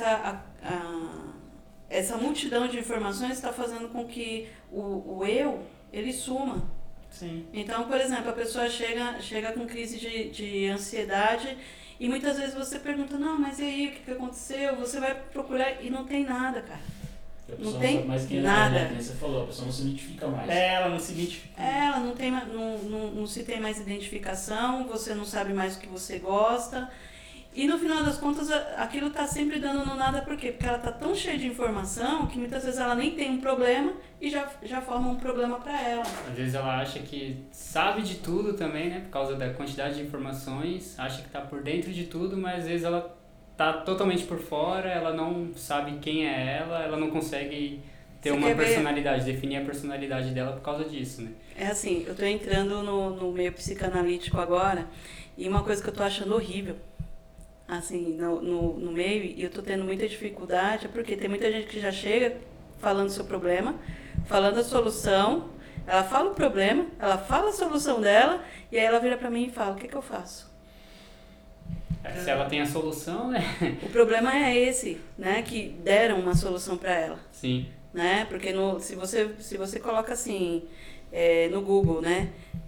essa multidão de informações está fazendo com que o eu, ele suma. Sim. Então, por exemplo, a pessoa chega com crise de ansiedade e muitas vezes você pergunta, não, mas e aí, o que aconteceu? Você vai procurar e não tem nada, cara. A pessoa Não tem sabe mais quem é, nada. né? Como você falou, a pessoa não se identifica mais. Ela no seguinte. Ela não se tem mais identificação, você não sabe mais o que você gosta. E no final das contas, aquilo está sempre dando no nada, por quê? Porque ela está tão cheia de informação que muitas vezes ela nem tem um problema e já forma um problema para ela. Às vezes ela acha que sabe de tudo também, né? Por causa da quantidade de informações, acha que tá por dentro de tudo, mas às vezes ela tá totalmente por fora, ela não sabe quem é ela não consegue ter Você uma quer ver? personalidade, definir a personalidade dela por causa disso, né? É assim, eu estou entrando no meio psicanalítico agora e uma coisa que eu estou achando horrível, assim, no meio, e eu estou tendo muita dificuldade, porque tem muita gente que já chega falando do seu problema, falando a solução, ela fala o problema, ela fala a solução dela, e aí ela vira para mim e fala, o que eu faço? Se ela tem a solução, né? O problema é esse, né, que deram uma solução para ela. Sim. Né? Porque se você coloca assim no Google, né?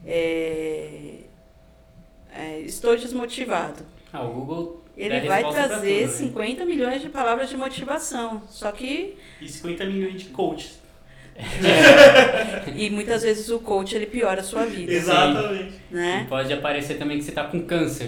Estou desmotivado. O Google Ele dá vai resposta pra trazer tudo, né? 50 milhões de palavras de motivação. Só que E 50 milhões de coaches. e muitas vezes o coach ele piora a sua vida, Exatamente. né? Pode aparecer também que você tá com câncer.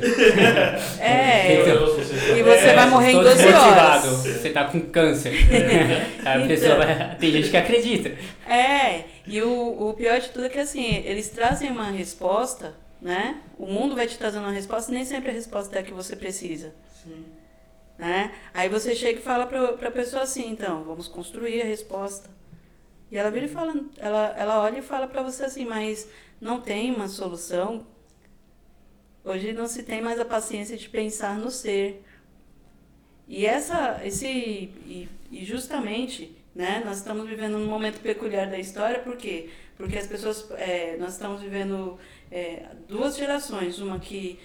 E você vai morrer em Estou 12 desmotivado, horas. você tá com câncer. Aí a pessoa tem gente que acredita. E o pior de tudo é que assim, eles trazem uma resposta, né? O mundo vai te trazendo uma resposta, nem sempre a resposta é a que você precisa. Sim. Né? Aí você chega e fala pra pessoa assim, então, vamos construir a resposta. E ela vira e fala, ela olha e fala pra você assim, mas não tem uma solução. Hoje não se tem mais a paciência de pensar no ser. E justamente né? Nós estamos vivendo um momento peculiar da história, por quê? Porque as pessoas, nós estamos vivendo duas gerações, uma que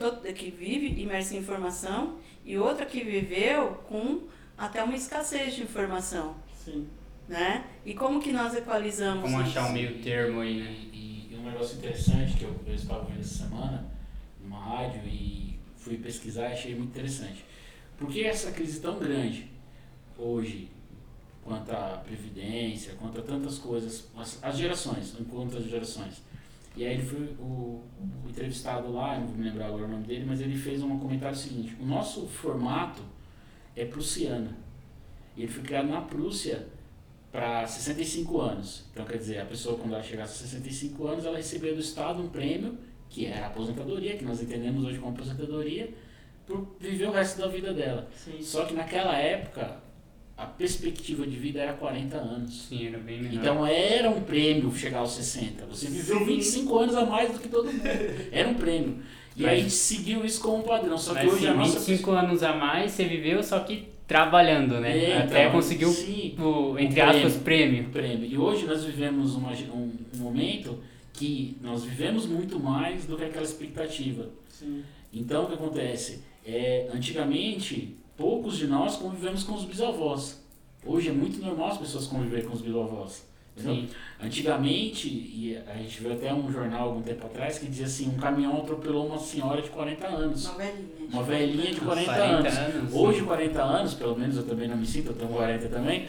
vive imersa em informação e outra que viveu com até uma escassez de informação. Sim. Né? E como que nós equalizamos Como isso? achar o meio termo aí, né? E um negócio interessante que eu estava vendo essa semana numa rádio e fui pesquisar e achei muito interessante. Por que essa crise tão grande hoje, quanto à previdência, quanto a tantas coisas, as gerações, enquanto as gerações? E aí ele foi o entrevistado lá, não vou me lembrar agora o nome dele, mas ele fez um comentário seguinte: o nosso formato é prussiano. E ele foi criado na Prússia para 65 anos. Então, quer dizer, a pessoa, quando ela chegasse a 65 anos, ela recebia do Estado um prêmio, que era a aposentadoria, que nós entendemos hoje como aposentadoria, por viver o resto da vida dela. Sim. Só que naquela época, a perspectiva de vida era 40 anos. Sim, era bem menor. Então era um prêmio chegar aos 60. Você viveu 25 anos a mais do que todo mundo. Era um prêmio. E aí a gente seguiu isso como padrão. Só que Mas hoje a nossa... 25 anos a mais você viveu, só que trabalhando, né? Até então, conseguiu, sim, entre aspas, prêmio. E hoje nós vivemos um momento que nós vivemos muito mais do que aquela expectativa. Sim. Então o que acontece? Antigamente, poucos de nós convivemos com os bisavós. Hoje é muito normal as pessoas conviverem com os bisavós. Sim. Antigamente, e a gente viu até um jornal algum tempo atrás que dizia assim, um caminhão atropelou uma senhora de 40 anos. Uma velhinha de 40 anos. Hoje, 40 anos, pelo menos eu também não me sinto, eu tenho 40 também,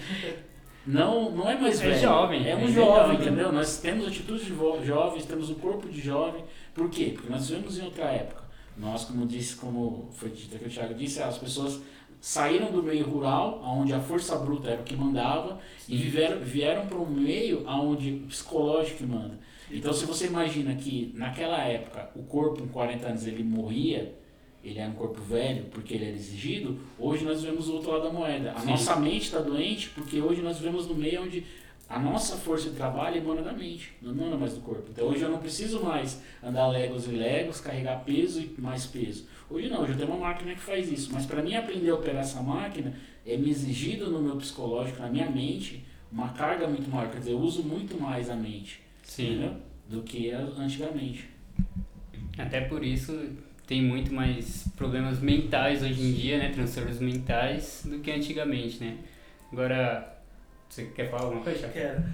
não é mais velho. Jovem. É um jovem, entendeu? Nós temos atitudes de jovens, temos um corpo de jovem. Por quê? Porque nós vivemos em outra época. Nós, como foi dito aqui, o Thiago disse, as pessoas saíram do meio rural, onde a força bruta era o que mandava, e vieram para um meio onde o psicológico manda. Então, se você imagina que naquela época o corpo com 40 anos ele morria, ele era um corpo velho porque ele era exigido, hoje nós vemos o outro lado da moeda. A nossa mente está doente porque hoje nós vivemos no meio onde a nossa força de trabalho emana da mente, não emana mais do corpo. Então hoje eu não preciso mais andar legos e legos, carregar peso e mais peso. Hoje não, hoje eu tenho uma máquina que faz isso. Mas para mim aprender a operar essa máquina, é me exigido no meu psicológico, na minha mente, uma carga muito maior. Quer dizer, eu uso muito mais a mente, entendeu? Do que antigamente. Até por isso tem muito mais problemas mentais hoje em dia, né? Transtornos mentais, do que antigamente, né? Agora... Você quer falar alguma coisa? Quero.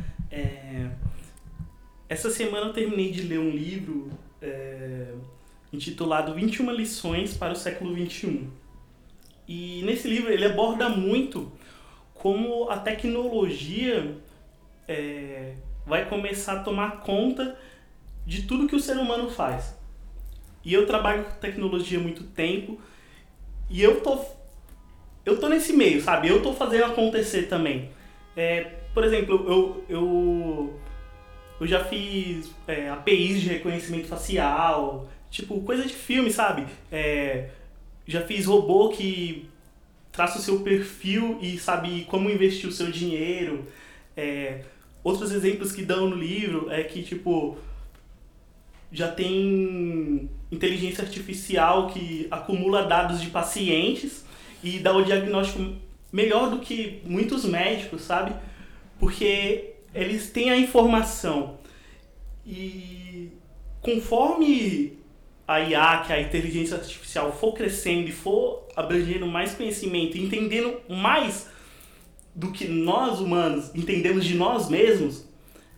Essa semana eu terminei de ler um livro intitulado 21 lições para o século XXI. E nesse livro ele aborda muito como a tecnologia vai começar a tomar conta de tudo que o ser humano faz. E eu trabalho com tecnologia há muito tempo e eu tô nesse meio, sabe? Eu tô fazendo acontecer também. Por exemplo, eu já fiz APIs de reconhecimento facial, tipo, coisa de filme, sabe? Já fiz robô que traça o seu perfil e sabe como investir o seu dinheiro. Outros exemplos que dão no livro é que, tipo, já tem inteligência artificial que acumula dados de pacientes e dá o diagnóstico melhor do que muitos médicos, sabe? Porque eles têm a informação. E conforme a IA, que é a inteligência artificial, for crescendo e for abrangendo mais conhecimento, entendendo mais do que nós humanos entendemos de nós mesmos,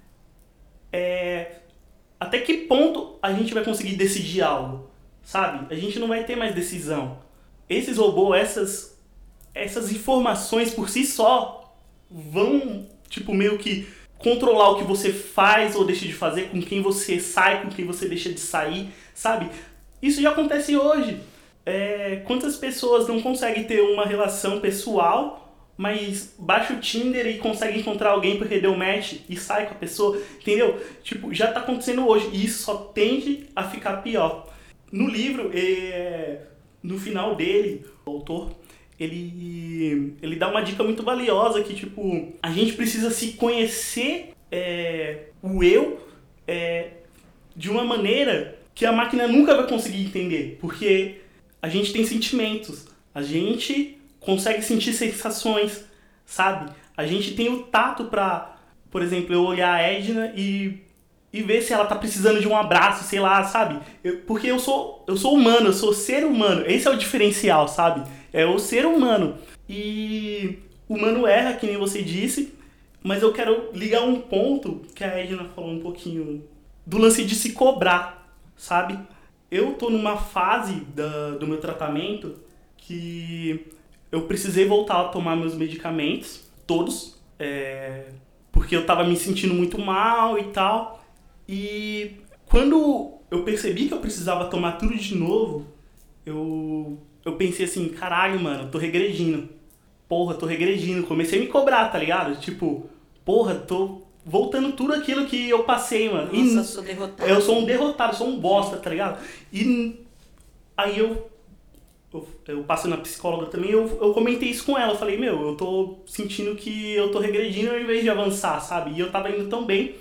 até que ponto a gente vai conseguir decidir algo, sabe? A gente não vai ter mais decisão. Esses robôs, essas informações por si só vão, tipo, meio que controlar o que você faz ou deixa de fazer, com quem você sai, com quem você deixa de sair, sabe? Isso já acontece hoje. Quantas pessoas não conseguem ter uma relação pessoal, mas baixa o Tinder e consegue encontrar alguém porque deu match e sai com a pessoa, entendeu? Tipo, já tá acontecendo hoje e isso só tende a ficar pior. No livro, no final dele, o autor, ele dá uma dica muito valiosa que, tipo, a gente precisa se conhecer o eu de uma maneira que a máquina nunca vai conseguir entender, porque a gente tem sentimentos, a gente consegue sentir sensações, sabe? A gente tem o tato pra, por exemplo, eu olhar a Edna e ver se ela tá precisando de um abraço, sei lá, sabe? Porque eu sou humano, eu sou ser humano. Esse é o diferencial, sabe? É o ser humano. E o humano erra, que nem você disse, mas eu quero ligar um ponto que a Edna falou um pouquinho do lance de se cobrar, sabe? Eu tô numa fase do meu tratamento que eu precisei voltar a tomar meus medicamentos, todos, porque eu tava me sentindo muito mal e tal. E quando eu percebi que eu precisava tomar tudo de novo, eu pensei assim, caralho, mano, eu tô regredindo. Porra, tô regredindo. Comecei a me cobrar, tá ligado? Tipo, porra, tô voltando tudo aquilo que eu passei, mano. Nossa, eu sou derrotado. Eu sou um derrotado, sou um bosta, tá ligado? E aí eu passo na psicóloga também, eu comentei isso com ela. Eu falei, meu, eu tô sentindo que eu tô regredindo ao invés de avançar, sabe? E eu tava indo tão bem.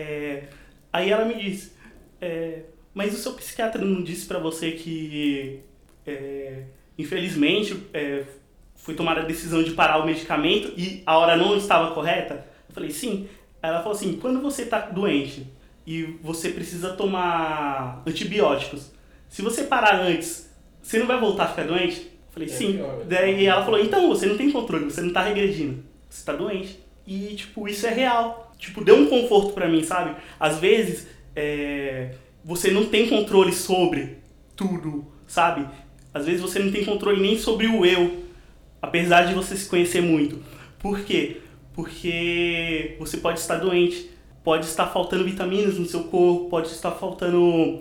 Aí ela me disse, mas o seu psiquiatra não disse pra você que, infelizmente, foi tomada a decisão de parar o medicamento e a hora não estava correta? Eu falei, sim. Aí ela falou assim, quando você tá doente e você precisa tomar antibióticos, se você parar antes, você não vai voltar a ficar doente? Eu falei, sim. Daí ela falou, então, você não tem controle, você não tá regredindo, você tá doente. E, tipo, isso é real. Tipo, deu um conforto pra mim, sabe? Às vezes, você não tem controle sobre tudo, sabe? Às vezes você não tem controle nem sobre o eu, apesar de você se conhecer muito. Por quê? Porque você pode estar doente, pode estar faltando vitaminas no seu corpo, pode estar faltando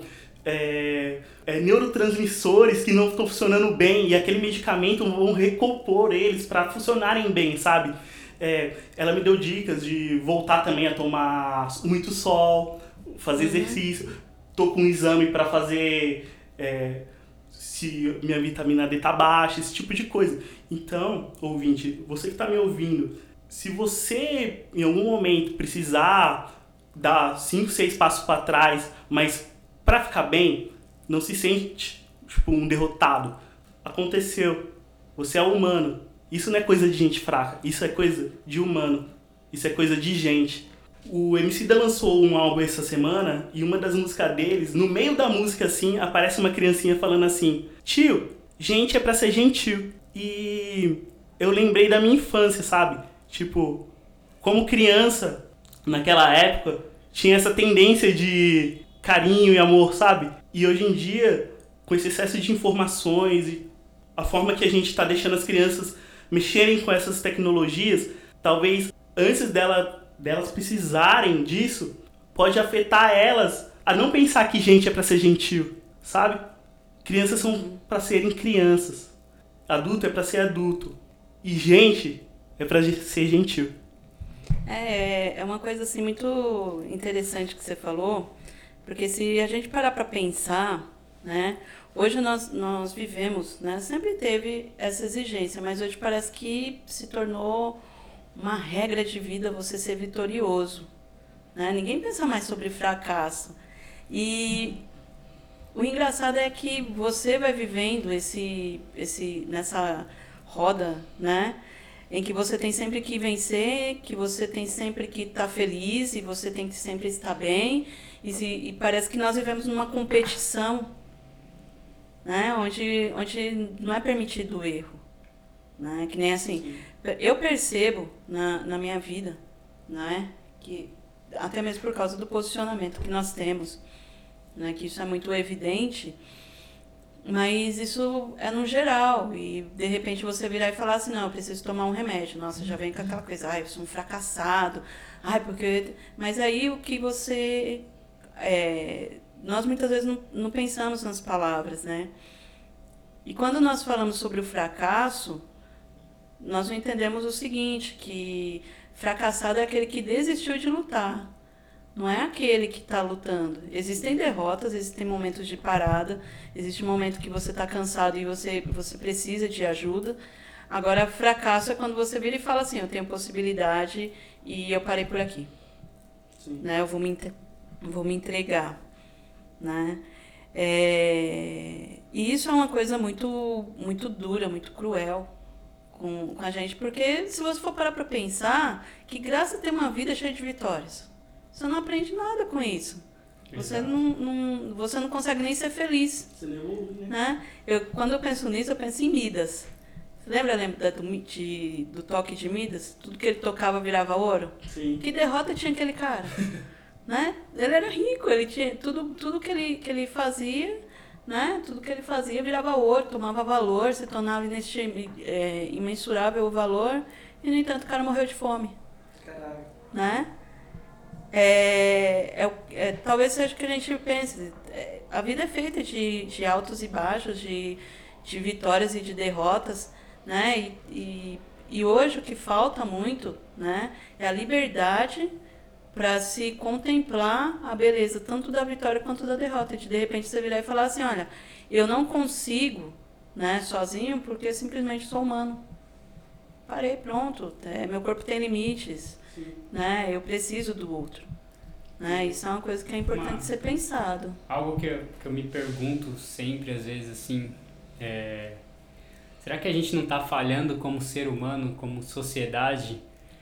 neurotransmissores que não estão funcionando bem, e aquele medicamento vão recompor eles para funcionarem bem, sabe? Ela me deu dicas de voltar também a tomar muito sol, fazer exercício. Tô com um exame para fazer se minha vitamina D tá baixa, esse tipo de coisa. Então, ouvinte, você que tá me ouvindo, se você em algum momento precisar dar 5, 6 passos para trás, mas para ficar bem, não se sente tipo um derrotado. Aconteceu. Você é humano. Isso não é coisa de gente fraca, isso é coisa de humano, isso é coisa de gente. O Emicida lançou um álbum essa semana e uma das músicas deles, no meio da música assim, aparece uma criancinha falando assim, tio, gente é pra ser gentil. E eu lembrei da minha infância, sabe? Tipo, como criança, naquela época, tinha essa tendência de carinho e amor, sabe? E hoje em dia, com esse excesso de informações e a forma que a gente tá deixando as crianças mexerem com essas tecnologias, talvez antes delas precisarem disso, pode afetar elas a não pensar que gente é pra ser gentil, sabe? Crianças são pra serem crianças, adulto é pra ser adulto, e gente é pra ser gentil. É uma coisa assim muito interessante que você falou, porque se a gente parar pra pensar, né? Hoje nós vivemos, né? Sempre teve essa exigência, mas hoje parece que se tornou uma regra de vida você ser vitorioso, né? Ninguém pensa mais sobre fracasso. E o engraçado é que você vai vivendo nessa roda, né? Em que você tem sempre que vencer, que você tem sempre que estar feliz e você tem que sempre estar bem. E parece que nós vivemos numa competição, né? Onde não é permitido o erro, né? Que nem assim, eu percebo na minha vida, né? Que até mesmo por causa do posicionamento que nós temos, né? Que isso é muito evidente, mas isso é no geral, e de repente você virar e falar assim, não, eu preciso tomar um remédio, nossa, já vem com aquela coisa, eu sou um fracassado, porque... Mas aí o que você... nós muitas vezes não pensamos nas palavras, né? E quando nós falamos sobre o fracasso, nós não entendemos o seguinte, que fracassado é aquele que desistiu de lutar, não é aquele que está lutando. Existem derrotas, existem momentos de parada, existe um momento que você está cansado e você precisa de ajuda. Agora, fracasso é quando você vira e fala assim, eu tenho possibilidade e eu parei por aqui. Né? Eu vou me entregar. Né? E isso é uma coisa muito, muito dura, muito cruel com a gente, porque se você for parar para pensar, que graça ter uma vida cheia de vitórias. Você não aprende nada com isso. Você não consegue nem ser feliz. Você nem ouve, né? Quando eu penso nisso, eu penso em Midas. Você lembra do toque de Midas? Tudo que ele tocava virava ouro? Sim. Que derrota tinha aquele cara? Né? Ele era rico, ele tinha tudo que ele fazia, né? Tudo que ele fazia virava ouro, tomava valor, se tornava imensurável o valor, e no entanto o cara morreu de fome. Caralho. Né? Talvez seja o que a gente pense. A vida é feita de altos e baixos, de vitórias e de derrotas, né? E hoje o que falta muito, né, é a liberdade para se contemplar a beleza tanto da vitória quanto da derrota. De repente você virar e falar assim, olha, eu não consigo, né, sozinho porque simplesmente sou humano. Parei, pronto. Meu corpo tem limites, né? Eu preciso do outro. Né? Isso é uma coisa que é importante ser pensado. Algo que eu me pergunto sempre, às vezes, assim, será que a gente não está falhando como ser humano, como sociedade?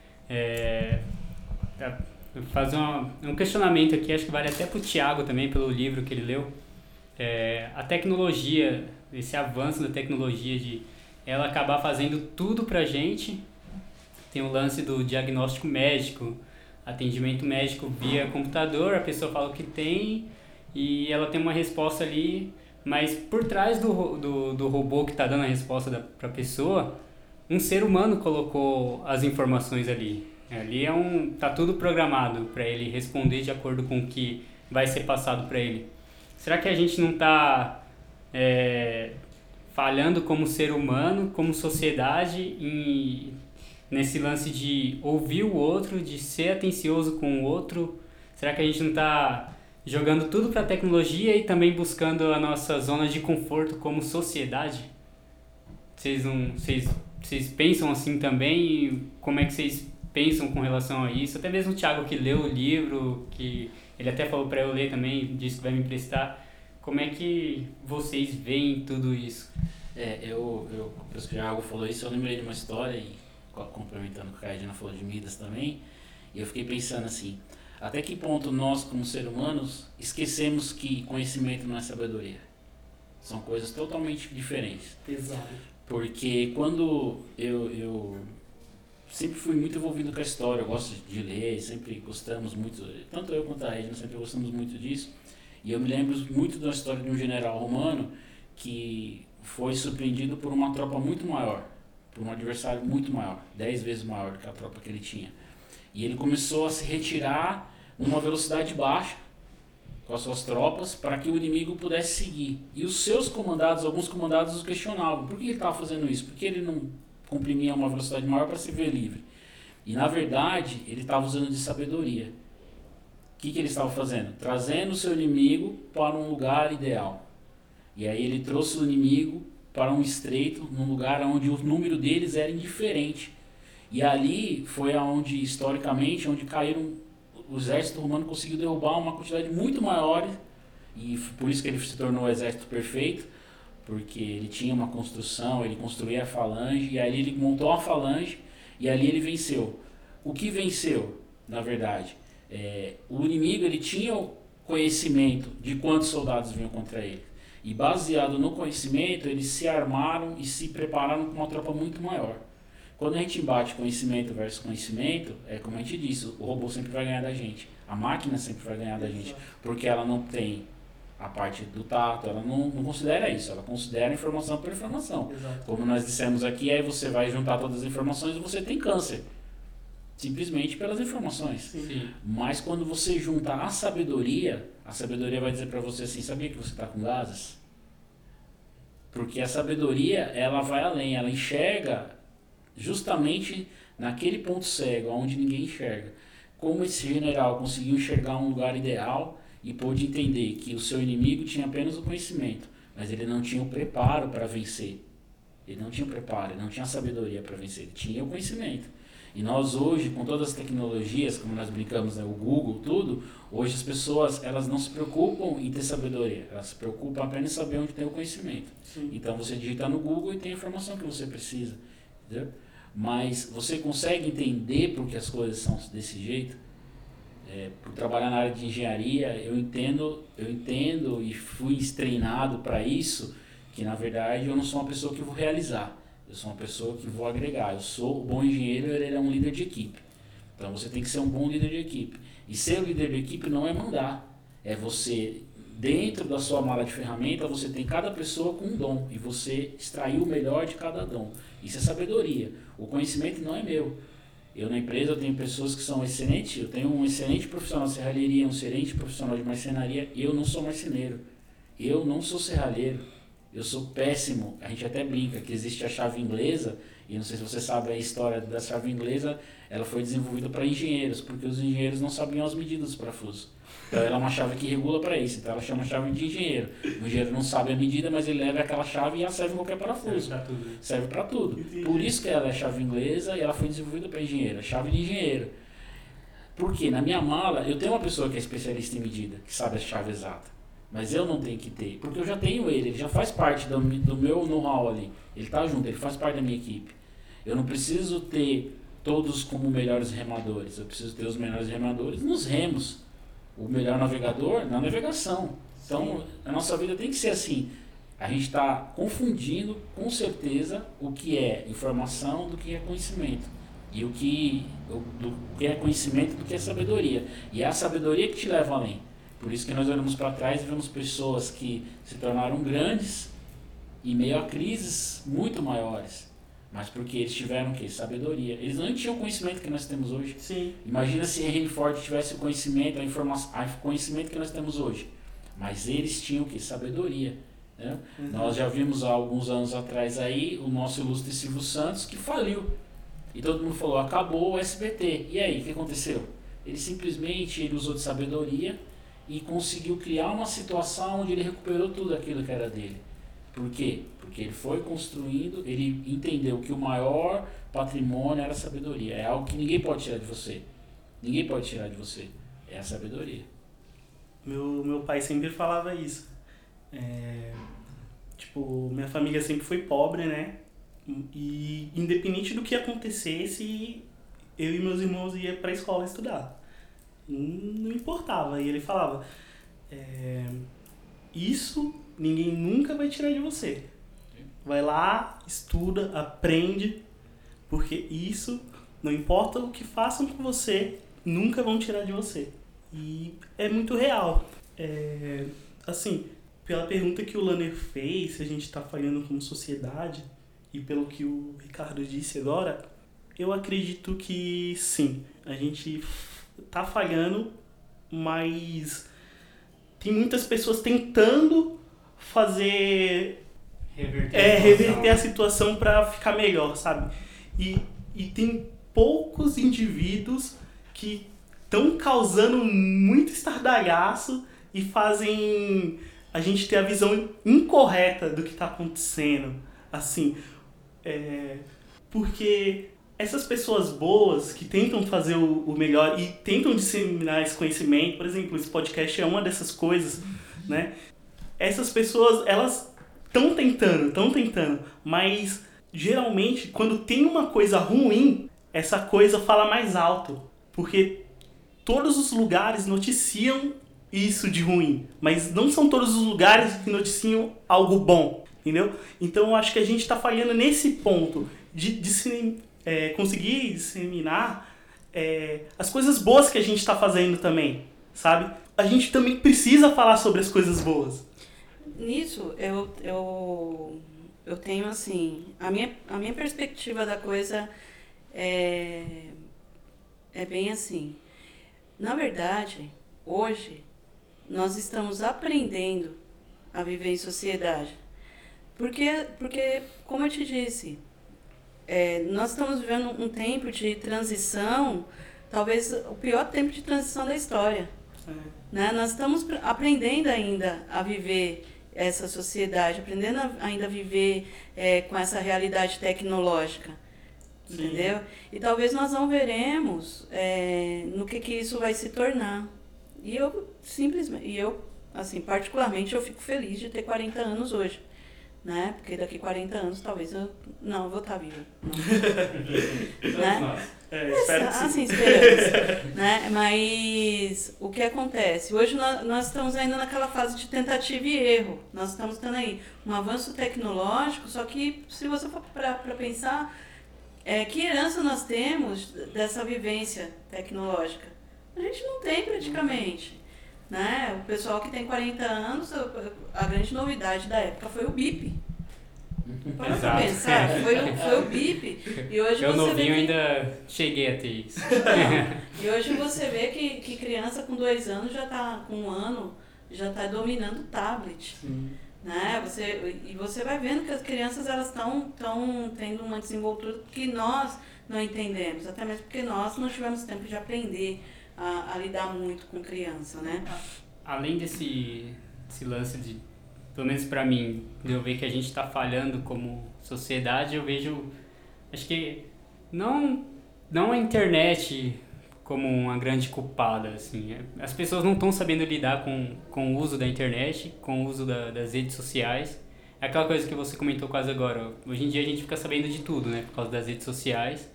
Fazer um questionamento aqui, acho que vale até para o Thiago também, pelo livro que ele leu. A tecnologia, esse avanço da tecnologia, de ela acabar fazendo tudo para a gente. Tem o lance do diagnóstico médico, atendimento médico via computador, a pessoa fala o que tem e ela tem uma resposta ali, mas por trás do robô que está dando a resposta para a pessoa, um ser humano colocou as informações ali. Ali tá tudo programado para ele responder de acordo com o que vai ser passado para ele. Será que a gente não está falhando como ser humano, como sociedade, nesse lance de ouvir o outro, de ser atencioso com o outro? Será que a gente não está jogando tudo para a tecnologia e também buscando a nossa zona de conforto como sociedade? Vocês pensam assim também? E como é que vocês pensam com relação a isso? Até mesmo o Thiago, que leu o livro, que ele até falou para eu ler também, disse que vai me emprestar. Como é que vocês veem tudo isso? Depois que o Thiago falou isso, eu lembrei de uma história, e complementando o que a Edna falou de Midas também, e eu fiquei pensando assim, até que ponto nós, como seres humanos, esquecemos que conhecimento não é sabedoria? São coisas totalmente diferentes. Exato. Porque quando eu sempre fui muito envolvido com a história, eu gosto de ler, sempre gostamos muito, tanto eu quanto a Edna sempre gostamos muito disso, e eu me lembro muito da história de um general romano que foi surpreendido por uma tropa muito maior, por um adversário muito maior, 10 vezes maior do que a tropa que ele tinha. E ele começou a se retirar numa velocidade baixa com as suas tropas para que o inimigo pudesse seguir. E os seus comandados, alguns comandados, os questionavam. Por que ele estava fazendo isso? Por que ele não comprimia uma velocidade maior para se ver livre? E na verdade, ele estava usando de sabedoria. O que ele estava fazendo? Trazendo o seu inimigo para um lugar ideal. E aí ele trouxe o inimigo para um estreito, num lugar onde o número deles era indiferente. E ali foi onde, historicamente, onde caíram, o exército romano conseguiu derrubar uma quantidade muito maior, e por isso que ele se tornou o exército perfeito, porque ele tinha uma construção, ele construía a falange, e ali ele montou a falange, e ali ele venceu. O que venceu, na verdade? O inimigo, ele tinha o conhecimento de quantos soldados vinham contra ele. E baseado no conhecimento, eles se armaram e se prepararam com uma tropa muito maior. Quando a gente embate conhecimento versus conhecimento, como a gente disse, o robô sempre vai ganhar da gente. A máquina sempre vai ganhar da gente, porque ela não tem a parte do tato, ela não considera isso, ela considera informação por informação. Exato. Como nós dissemos aqui, aí você vai juntar todas as informações e você tem câncer. Simplesmente pelas informações. Sim. Mas quando você junta a sabedoria vai dizer para você assim, sabia que você está com gases? Porque a sabedoria, ela vai além, ela enxerga justamente naquele ponto cego, onde ninguém enxerga. Como esse general conseguiu enxergar um lugar ideal e pôde entender que o seu inimigo tinha apenas o conhecimento, mas ele não tinha o preparo para vencer. Ele não tinha o preparo, ele não tinha a sabedoria para vencer, ele tinha o conhecimento. E nós hoje, com todas as tecnologias, como nós brincamos, né, o Google, tudo, hoje as pessoas, elas não se preocupam em ter sabedoria, elas se preocupam apenas em saber onde tem o conhecimento. Sim. Então você digita no Google e tem a informação que você precisa. entendeu? Mas você consegue entender por que as coisas são desse jeito? Por trabalhar na área de engenharia, eu entendo e fui treinado para isso, que na verdade eu não sou uma pessoa que vou realizar, eu sou uma pessoa que vou agregar. Eu sou o bom engenheiro, ele é um líder de equipe. Então você tem que ser um bom líder de equipe. E ser o líder de equipe não é mandar, é você, dentro da sua mala de ferramenta, você tem cada pessoa com um dom e você extrair o melhor de cada dom. Isso é sabedoria. O conhecimento não é meu. Eu na empresa eu tenho pessoas que são excelentes, eu tenho um excelente profissional de serralheria, um excelente profissional de marcenaria, eu não sou marceneiro, eu não sou serralheiro, eu sou péssimo. A gente até brinca que existe a chave inglesa, e não sei se você sabe a história da chave inglesa, ela foi desenvolvida para engenheiros, porque os engenheiros não sabiam as medidas dos parafusos. Então ela é uma chave que regula para isso, então ela chama chave de engenheiro. O engenheiro não sabe a medida, mas ele leva aquela chave e ela serve em qualquer parafuso. Serve para tudo. Por isso que ela é chave inglesa e ela foi desenvolvida para engenheiro, chave de engenheiro. Porque na minha mala eu tenho uma pessoa que é especialista em medida, que sabe a chave exata. Mas eu não tenho que ter, porque eu já tenho ele já faz parte do meu know-how ali. Ele está junto, ele faz parte da minha equipe. Eu não preciso ter todos como melhores remadores, eu preciso ter os melhores remadores nos remos. O melhor navegador na navegação. Então, a nossa vida tem que ser assim. A gente está confundindo, com certeza, o que é informação do que é conhecimento. E do que é conhecimento do que é sabedoria. E é a sabedoria que te leva além. Por isso que nós olhamos para trás e vemos pessoas que se tornaram grandes em meio a crises muito maiores. Mas porque eles tiveram o quê? Sabedoria. Eles não tinham o conhecimento que nós temos hoje. Sim. Imagina se Henry Ford tivesse o conhecimento, o conhecimento que nós temos hoje. Mas eles tinham o quê? Sabedoria. Né? Uhum. Nós já vimos há alguns anos atrás aí o nosso ilustre Silvio Santos que faliu. E todo mundo falou, acabou o SBT. E aí, o que aconteceu? Ele simplesmente usou de sabedoria e conseguiu criar uma situação onde ele recuperou tudo aquilo que era dele. Por quê? Porque ele foi construindo, ele entendeu que o maior patrimônio era a sabedoria. É algo que ninguém pode tirar de você. Ninguém pode tirar de você. É a sabedoria. Meu pai sempre falava isso. Minha família sempre foi pobre, né? E independente do que acontecesse, eu e meus irmãos ia pra escola estudar. Não importava. E ele falava, isso ninguém nunca vai tirar de você. Vai lá, estuda, aprende, porque isso, não importa o que façam com você, nunca vão tirar de você. E é muito real. Assim, pela pergunta que o Lanner fez, se a gente está falhando como sociedade, e pelo que o Ricardo disse agora, eu acredito que sim, a gente está falhando, mas tem muitas pessoas tentando reverter a situação para ficar melhor, sabe? E tem poucos indivíduos que estão causando muito estardalhaço e fazem a gente ter a visão incorreta do que está acontecendo, assim, porque essas pessoas boas que tentam fazer o melhor e tentam disseminar esse conhecimento, por exemplo, esse podcast é uma dessas coisas, né? Essas pessoas, elas estão tentando, mas geralmente quando tem uma coisa ruim, essa coisa fala mais alto, porque todos os lugares noticiam isso de ruim, mas não são todos os lugares que noticiam algo bom, entendeu? Então eu acho que a gente está falhando nesse ponto de conseguir disseminar as coisas boas que a gente está fazendo também, sabe? A gente também precisa falar sobre as coisas boas. Nisso, eu tenho, assim, a minha perspectiva da coisa é bem assim. Na verdade, hoje, nós estamos aprendendo a viver em sociedade. Porque como eu te disse, nós estamos vivendo um tempo de transição, talvez o pior tempo de transição da história. Né? Nós estamos aprendendo ainda a viver essa sociedade, aprendendo ainda a viver com essa realidade tecnológica. Sim. Entendeu? E talvez nós não veremos no que isso vai se tornar. E eu, assim, particularmente, eu fico feliz de ter 40 anos hoje. né? Porque daqui 40 anos talvez eu vou estar viva. Né? Espero que sim. Assim, esperamos. Né? Mas o que acontece? Hoje nós estamos ainda naquela fase de tentativa e erro. Nós estamos tendo aí um avanço tecnológico, só que se você for para pensar, que herança nós temos dessa vivência tecnológica? A gente não tem praticamente. Né? O pessoal que tem 40 anos, a grande novidade da época foi o BIP. Para pensar, foi o BIP. E hoje eu você novinho vê que... ainda cheguei a ter isso. E hoje você vê que criança com 2 anos já está, com 1 ano, já está dominando o tablet. Né? Você vai vendo que as crianças elas estão tendo uma desenvoltura que nós não entendemos, até mesmo porque nós não tivemos tempo de aprender a lidar muito com criança, né? Além desse lance de, pelo menos pra mim, de eu ver que a gente tá falhando como sociedade, eu vejo, acho que não a internet como uma grande culpada, assim. As pessoas não estão sabendo lidar com o uso da internet, com o uso das redes sociais. É aquela coisa que você comentou quase agora. Hoje em dia a gente fica sabendo de tudo, né? Por causa das redes sociais.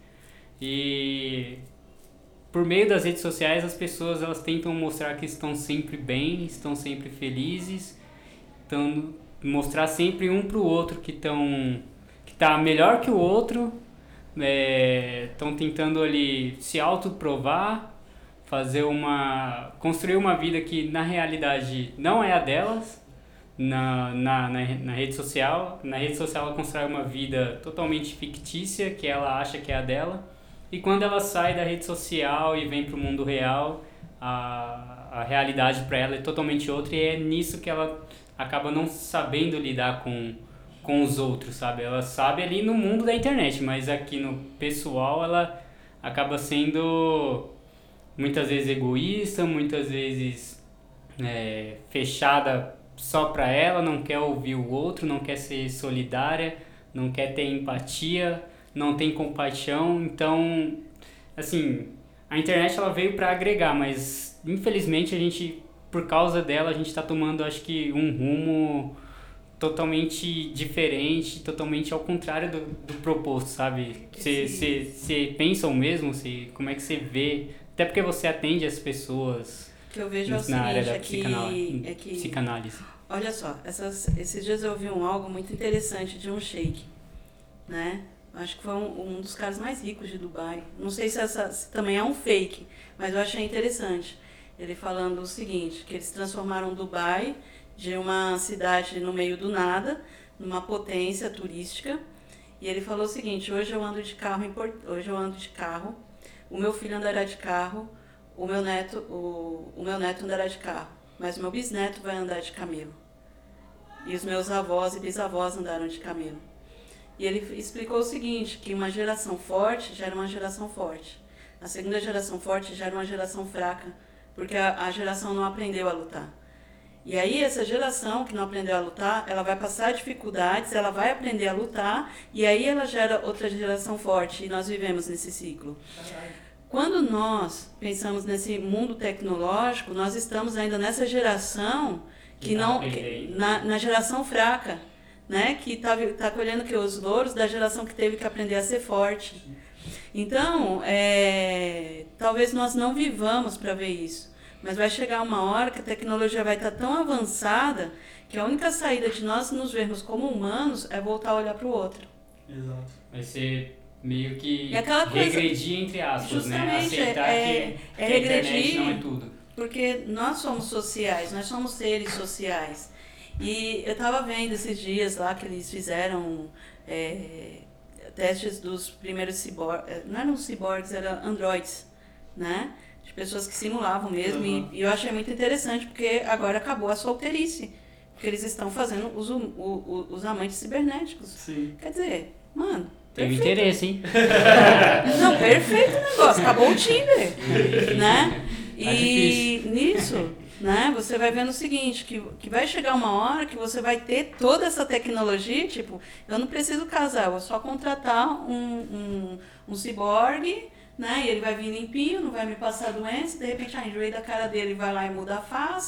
E por meio das redes sociais, as pessoas elas tentam mostrar que estão sempre bem, estão sempre felizes, mostrar sempre um pro outro que tá melhor que o outro, estão tentando ali se autoprovar, construir uma vida que na realidade não é a delas. Na rede social. Na rede social ela constrói uma vida totalmente fictícia que ela acha que é a dela. E quando ela sai da rede social e vem para o mundo real, a realidade para ela é totalmente outra, e é nisso que ela acaba não sabendo lidar com os outros, sabe? Ela sabe ali no mundo da internet, mas aqui no pessoal ela acaba sendo muitas vezes egoísta, muitas vezes fechada só para ela, não quer ouvir o outro, não quer ser solidária, não quer ter empatia, não tem compaixão. Então, assim, a internet ela veio para agregar, mas infelizmente a gente, por causa dela, a gente está tomando, acho que, um rumo totalmente diferente, totalmente ao contrário do proposto, sabe? Você pensa o mesmo? Como é que você vê? Até porque você atende as pessoas que eu vejo na área da psicanálise. Olha só, esses dias eu ouvi algo muito interessante de um sheik, né? Acho que foi um dos caras mais ricos de Dubai. Não sei se também é um fake, mas eu achei interessante. Ele falando o seguinte, que eles transformaram Dubai de uma cidade no meio do nada, numa potência turística. E ele falou o seguinte, hoje eu ando de carro, o meu filho andará de carro, o meu neto andará de carro, mas o meu bisneto vai andar de camelo. E os meus avós e bisavós andaram de camelo. E ele explicou o seguinte, que uma geração forte gera uma geração forte. A segunda geração forte gera uma geração fraca, porque a geração não aprendeu a lutar. E aí essa geração que não aprendeu a lutar, ela vai passar dificuldades, ela vai aprender a lutar, e aí ela gera outra geração forte, e nós vivemos nesse ciclo. Quando nós pensamos nesse mundo tecnológico, nós estamos ainda nessa geração na geração fraca, né, que está colhendo que os louros da geração que teve que aprender a ser forte. Então, talvez nós não vivamos para ver isso, mas vai chegar uma hora que a tecnologia vai estar tão avançada que a única saída de nós nos vermos como humanos é voltar a olhar para o outro. Exato. Vai ser meio que coisa, regredir, entre aspas, né? Aceitar que a internet não é tudo. Porque nós somos sociais, nós somos seres sociais. E eu estava vendo esses dias lá que eles fizeram testes dos primeiros ciborgues, não eram ciborgues, eram androides, né? De pessoas que simulavam mesmo. Uhum. E eu achei muito interessante, porque agora acabou a solteirice. Porque eles estão fazendo os amantes cibernéticos. Sim. Quer dizer, mano... Teve interesse, hein? Não, perfeito o negócio. Acabou o Tinder, né? E nisso... Né? Você vai vendo o seguinte, que vai chegar uma hora que você vai ter toda essa tecnologia, tipo, eu não preciso casar, eu vou só contratar um ciborgue, né? E ele vai vir limpinho, não vai me passar doença, de repente, enjoei da cara dele, vai lá e muda a face,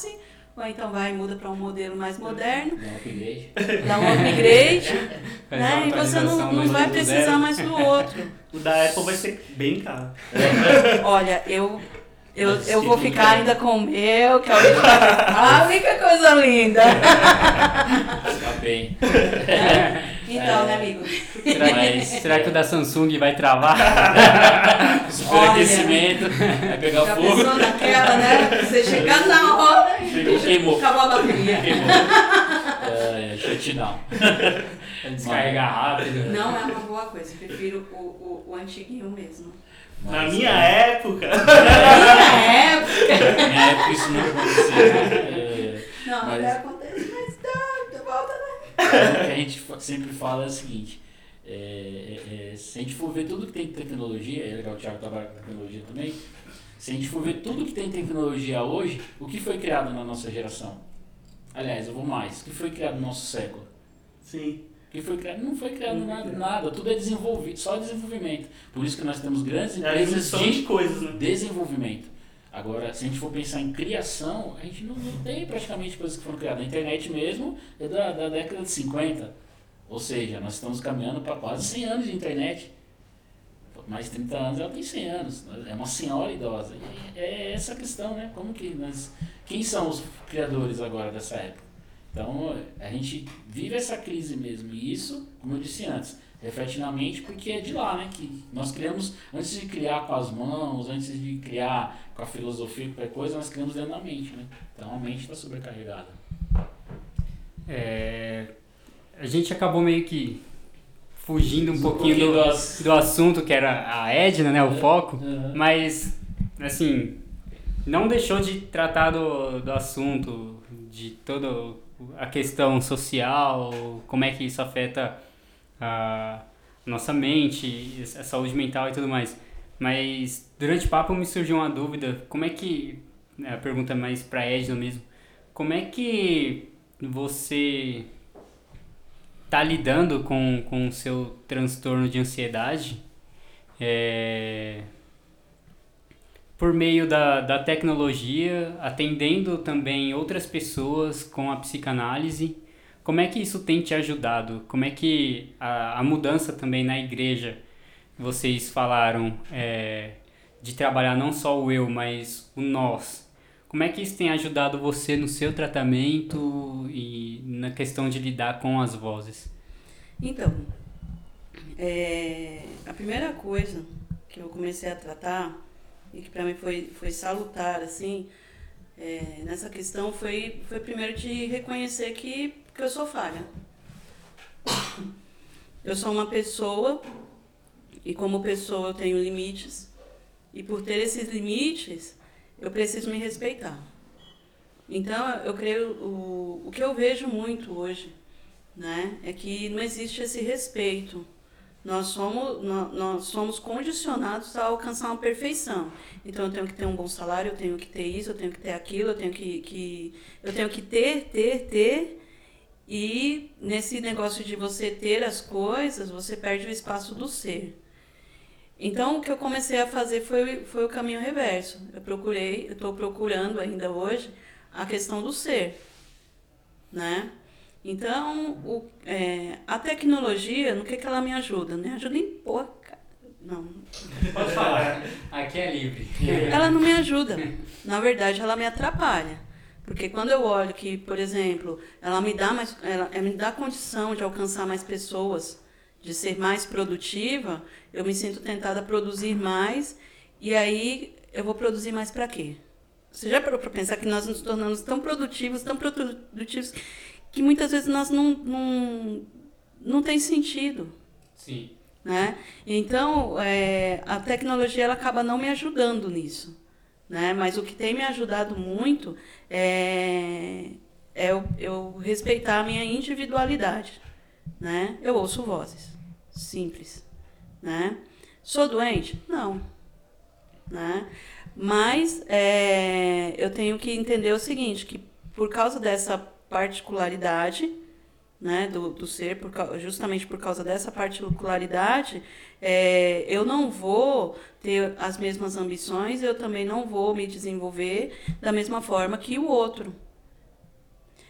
ou então vai e muda para um modelo mais moderno, Dá um upgrade. dá um upgrade, Faz né? uma E você atualização não vai 2.0. precisar mais do outro. O da Apple vai ser bem caro. Olha, eu vou ficar ainda com o meu, que é o original. Ah, que coisa linda! Tá bem. Então, né, amigo? Será que o da Samsung vai travar? Superaquecimento, vai pegar Já fogo. pensou naquela, né? Você chegar na hora e Queimou. acabou a bateria. Shutdown. Descarregar rápido. Não é uma boa coisa, eu prefiro o antiguinho mesmo. Na minha época. Na minha época. Na minha época isso não aconteceu. Não, Mas- não acontece, mas tá, volta, né? O que a gente sempre fala é o seguinte, se a gente for ver tudo que tem tecnologia, é legal o Thiago trabalha com tecnologia também, se a gente for ver tudo que tem tecnologia hoje, o que foi criado na nossa geração? Aliás, eu vou mais, o que foi criado no nosso século? Sim. O que foi criado? Não foi criado nada, tudo é desenvolvido, só desenvolvimento. Por isso que nós temos grandes É a empresas aquisição de coisas, né? desenvolvimento. Agora, se a gente for pensar em criação, a gente não tem praticamente coisas que foram criadas. A internet mesmo é da década de 50. Ou seja, nós estamos caminhando para quase 100 anos de internet. Mais de 30 anos, ela tem 100 anos. É uma senhora idosa. E é essa a questão, né? Como que quem são os criadores agora dessa época? Então, a gente vive essa crise mesmo. E isso, como eu disse antes, reflete na mente porque é de lá, né? Que nós criamos, antes de criar com as mãos, antes de criar com a filosofia, qualquer coisa, nós criamos dentro da mente, né? Então a mente está sobrecarregada. A gente acabou meio que fugindo um pouquinho do do assunto que era a Edna, né? O foco. Uhum. Mas, assim, não deixou de tratar do assunto, de toda a questão social, como é que isso afeta a nossa mente, a saúde mental e tudo mais. Mas durante o papo me surgiu uma dúvida, como é que, a pergunta mais pra Edna mesmo, como é que você tá lidando com o seu transtorno de ansiedade por meio da tecnologia, atendendo também outras pessoas com a psicanálise? Como é que isso tem te ajudado? Como é que a mudança também na igreja, vocês falaram de trabalhar não só o eu, mas o nós. Como é que isso tem ajudado você no seu tratamento e na questão de lidar com as vozes? Então, a primeira coisa que eu comecei a tratar e que para mim foi salutar, assim, nessa questão foi primeiro de reconhecer que eu sou falha. Eu sou uma pessoa e como pessoa eu tenho limites e por ter esses limites eu preciso me respeitar. Então eu creio, o que eu vejo muito hoje, né, é que não existe esse respeito. Nós somos condicionados a alcançar uma perfeição. Então eu tenho que ter um bom salário, eu tenho que ter isso, eu tenho que ter aquilo, eu tenho que ter. E nesse negócio de você ter as coisas, você perde o espaço do ser. Então o que eu comecei a fazer foi o caminho reverso. Eu estou procurando ainda hoje a questão do ser, né? Então, a tecnologia, no que ela me ajuda? Não me ajuda em porra. Não. Pode falar, aqui é livre. Ela não me ajuda. Na verdade, ela me atrapalha. Porque quando eu olho que, por exemplo, ela me dá condição de alcançar mais pessoas, de ser mais produtiva, eu me sinto tentada a produzir mais, e aí eu vou produzir mais para quê? Você já parou para pensar que nós nos tornamos tão produtivos, que muitas vezes nós não tem sentido. Sim. Né? Então, a tecnologia ela acaba não me ajudando nisso. Né? Mas o que tem me ajudado muito é eu respeitar a minha individualidade. Né? Eu ouço vozes. Simples. Né? Sou doente? Não. Né? Mas eu tenho que entender o seguinte, que por causa dessa particularidade, né, do ser, justamente por causa dessa particularidade, eu não vou ter as mesmas ambições, eu também não vou me desenvolver da mesma forma que o outro.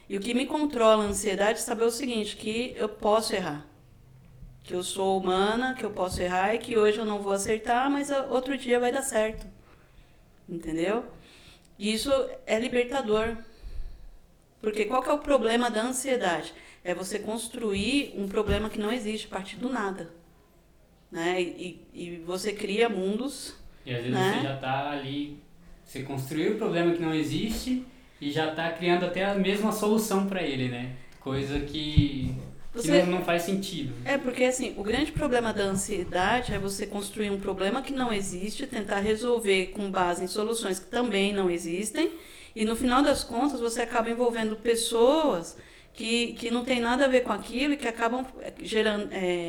E o que me controla a ansiedade é saber o seguinte, que eu posso errar. Que eu sou humana, que eu posso errar e que hoje eu não vou acertar, mas outro dia vai dar certo. Entendeu? E isso é libertador. Porque qual que é o problema da ansiedade? É você construir um problema que não existe a partir do nada. Né? E você cria mundos. E às vezes né? você já está ali, você construiu o problema que não existe e já está criando até a mesma solução para ele, né? Coisa que não faz sentido. É, porque assim, o grande problema da ansiedade é você construir um problema que não existe, tentar resolver com base em soluções que também não existem, e no final das contas você acaba envolvendo pessoas que não tem nada a ver com aquilo e que acabam gerando,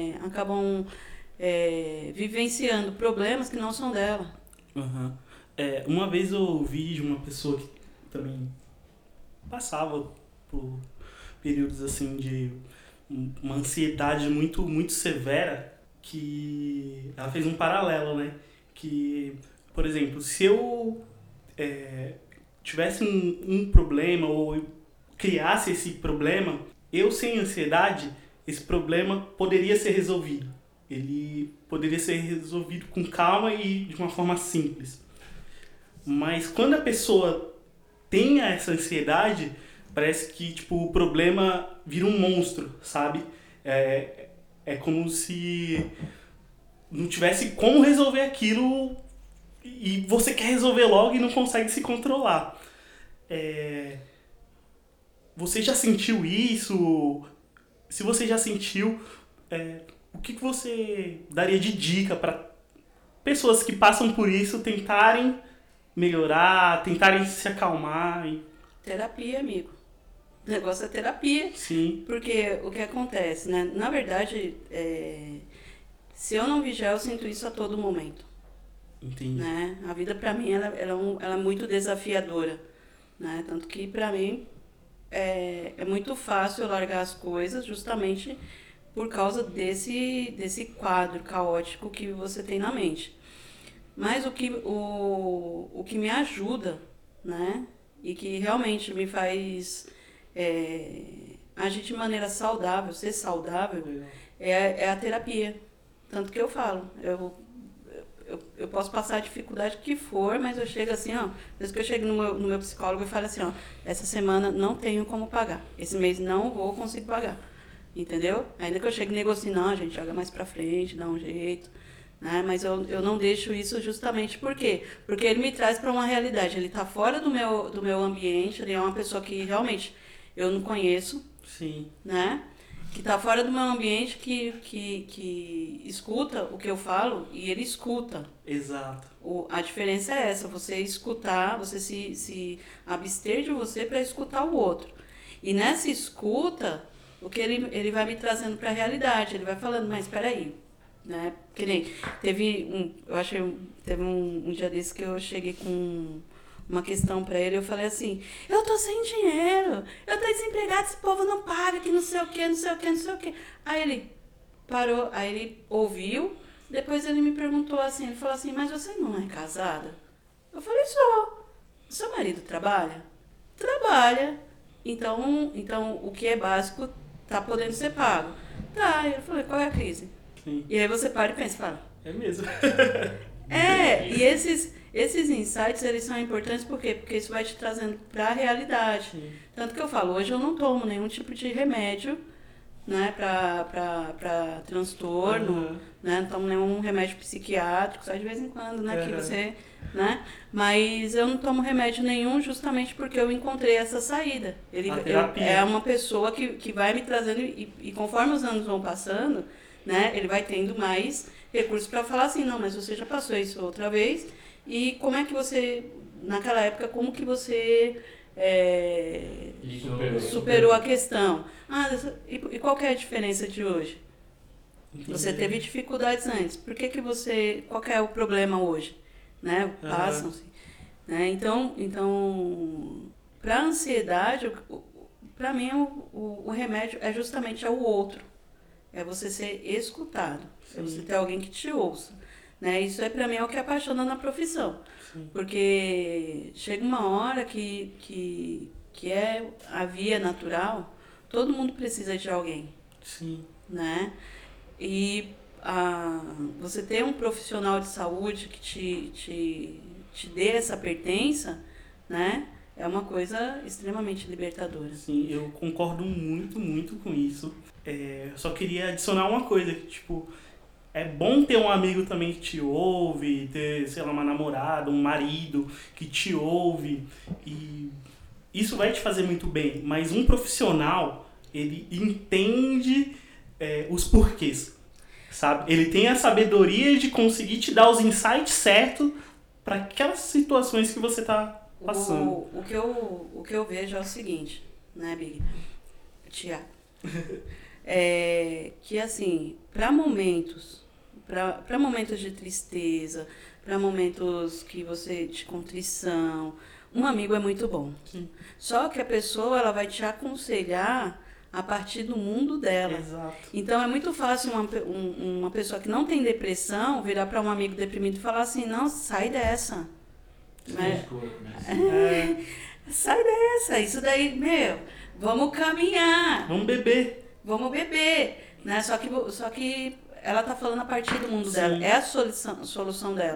vivenciando problemas que não são dela. Uhum. Uma vez eu ouvi de uma pessoa que também passava por períodos assim de uma ansiedade muito, muito severa, que ela fez um paralelo, né? Que, por exemplo, se eu tivesse um problema ou eu criasse esse problema, eu sem ansiedade, esse problema poderia ser resolvido. Ele poderia ser resolvido com calma e de uma forma simples. Mas quando a pessoa tem essa ansiedade, parece que tipo, o problema vira um monstro, sabe? É como se não tivesse como resolver aquilo e você quer resolver logo e não consegue se controlar. Você já sentiu isso? Se você já sentiu, o que você daria de dica para pessoas que passam por isso tentarem melhorar, tentarem se acalmar? Terapia, amigo. O negócio é terapia. Sim. Porque o que acontece, né? Na verdade, se eu não vigiar, eu sinto isso a todo momento. Entendi. Né? A vida, pra mim, ela é muito desafiadora. Né? Tanto que, pra mim, é muito fácil eu largar as coisas justamente por causa desse quadro caótico que você tem na mente. Mas o que me ajuda, né? E que realmente me faz agir de maneira saudável, ser saudável, é a terapia. Tanto que eu falo, eu posso passar a dificuldade que for, mas eu chego assim, ó, desde que eu chego no meu psicólogo e falo assim, ó, essa semana não tenho como pagar, esse mês não vou conseguir pagar, entendeu? Ainda que eu chegue e negocie, não, a gente joga mais pra frente, dá um jeito, né? Mas eu não deixo isso justamente por quê? Porque ele me traz para uma realidade, ele tá fora do meu ambiente, ele é uma pessoa que realmente eu não conheço, sim, né? Que está fora do meu ambiente, que escuta o que eu falo e ele escuta. Exato. A diferença é essa, você escutar, você se abster de você para escutar o outro. E nessa escuta, o que ele vai me trazendo para a realidade, ele vai falando, mas espera aí, né? Que nem teve um dia desse que eu cheguei com uma questão pra ele, eu falei assim, eu tô sem dinheiro, eu tô desempregado, esse povo não paga, que não sei o que, não sei o que, não sei o que. Aí ele parou, aí ele ouviu, depois ele me perguntou assim, ele falou assim, mas você não é casada? Eu falei, sou. Seu marido trabalha? Trabalha. Então o que é básico tá podendo ser pago. Tá, eu falei, qual é a crise? Sim. E aí você para e pensa, fala. É mesmo. E esses insights, eles são importantes por quê? Porque isso vai te trazendo para a realidade. Sim. Tanto que eu falo, hoje eu não tomo nenhum tipo de remédio, né, para transtorno, né, não tomo nenhum remédio psiquiátrico, só de vez em quando, né, que você, né, mas eu não tomo remédio nenhum justamente porque eu encontrei essa saída. É uma pessoa que vai me trazendo e conforme os anos vão passando, né, ele vai tendo mais recursos para falar assim, não, mas você já passou isso outra vez, e como é que você, naquela época, como que você superou a questão? E qual que é a diferença de hoje? Entendi. Você teve dificuldades antes, qual que é o problema hoje? Né? Passam-se. Né? Então para a ansiedade, para mim, o remédio é justamente o outro. É você ser escutado. Sim. É você ter alguém que te ouça. Né? Isso para mim é o que apaixona na profissão. Sim. Porque chega uma hora que que é a via natural, todo mundo precisa de alguém, Sim. né? E você ter um profissional de saúde que te dê essa pertença, né? É uma coisa extremamente libertadora. Sim, eu concordo muito, muito com isso. Só queria adicionar uma coisa, que, tipo, é bom ter um amigo também que te ouve, ter, sei lá, uma namorada, um marido que te ouve, e isso vai te fazer muito bem, mas um profissional, ele entende os porquês, sabe? Ele tem a sabedoria de conseguir te dar os insights certos para aquelas situações que você tá passando. O que eu vejo é o seguinte, né, Big? Tiago. Que assim, para momentos de tristeza, para momentos que você de contrição, um amigo é muito bom. Sim. Só que a pessoa ela vai te aconselhar a partir do mundo dela. Exato. Então é muito fácil uma pessoa que não tem depressão virar para um amigo deprimido e falar assim, não, sai dessa. Né? Sai dessa, isso daí, vamos caminhar. Vamos beber. Né? Só que ela tá falando a partir do mundo dela, é a solução dela.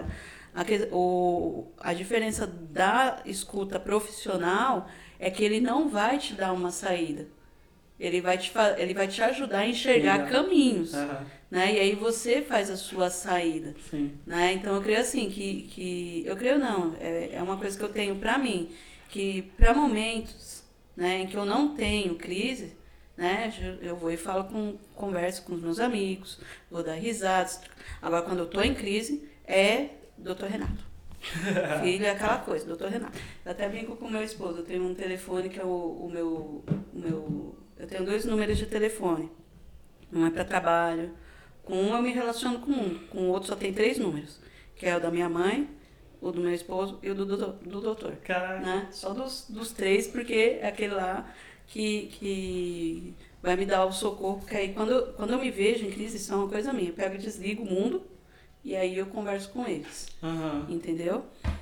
A diferença da escuta profissional é que ele não vai te dar uma saída. Ele vai te ajudar a enxergar caminhos. Né? E aí você faz a sua saída. Sim. Né? Então eu creio assim eu creio não, é uma coisa que eu tenho para mim, que para momentos, né, em que eu não tenho crise, né, eu vou e converso com os meus amigos, vou dar risadas. Agora quando eu tô em crise é Dr. Renato. Filho é aquela coisa, Dr. Renato. Eu até brinco com o meu esposo, eu tenho um telefone que é o meu eu tenho 2 números de telefone. Um é para trabalho. Com um eu me relaciono com o outro só tem 3 números. Que é o da minha mãe, o do meu esposo e o do doutor. Caraca. Né? Só dos 3, porque é aquele lá que vai me dar o socorro. Porque aí quando eu me vejo em crise, isso é uma coisa minha. Eu pego e desligo o mundo e aí eu converso com eles. Entendeu?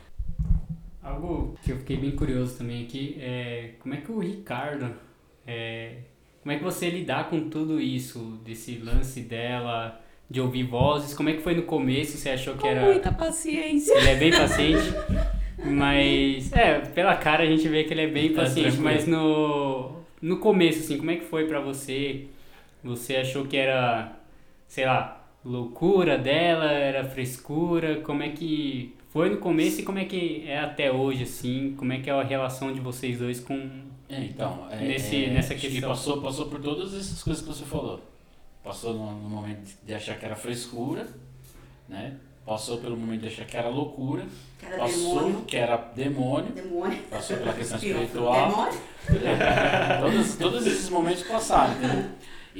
Algo que eu fiquei bem curioso também aqui é como é que o Ricardo... como é que você lidar com tudo isso, desse lance dela, de ouvir vozes? Como é que foi no começo? Você achou que era... Com muita paciência. Ele é bem paciente, mas... pela cara a gente vê que ele é bem paciente, mas no começo, assim, como é que foi pra você? Você achou que era, sei lá, loucura dela, era frescura? Como é que foi no começo e como é que é até hoje, assim? Como é que é a relação de vocês dois com... nessa questão. Passou por todas essas coisas que você falou. Passou no momento de achar que era frescura, né? Passou pelo momento de achar que era loucura. Que era demônio. Passou pela questão espiritual. Todos esses momentos passaram, né?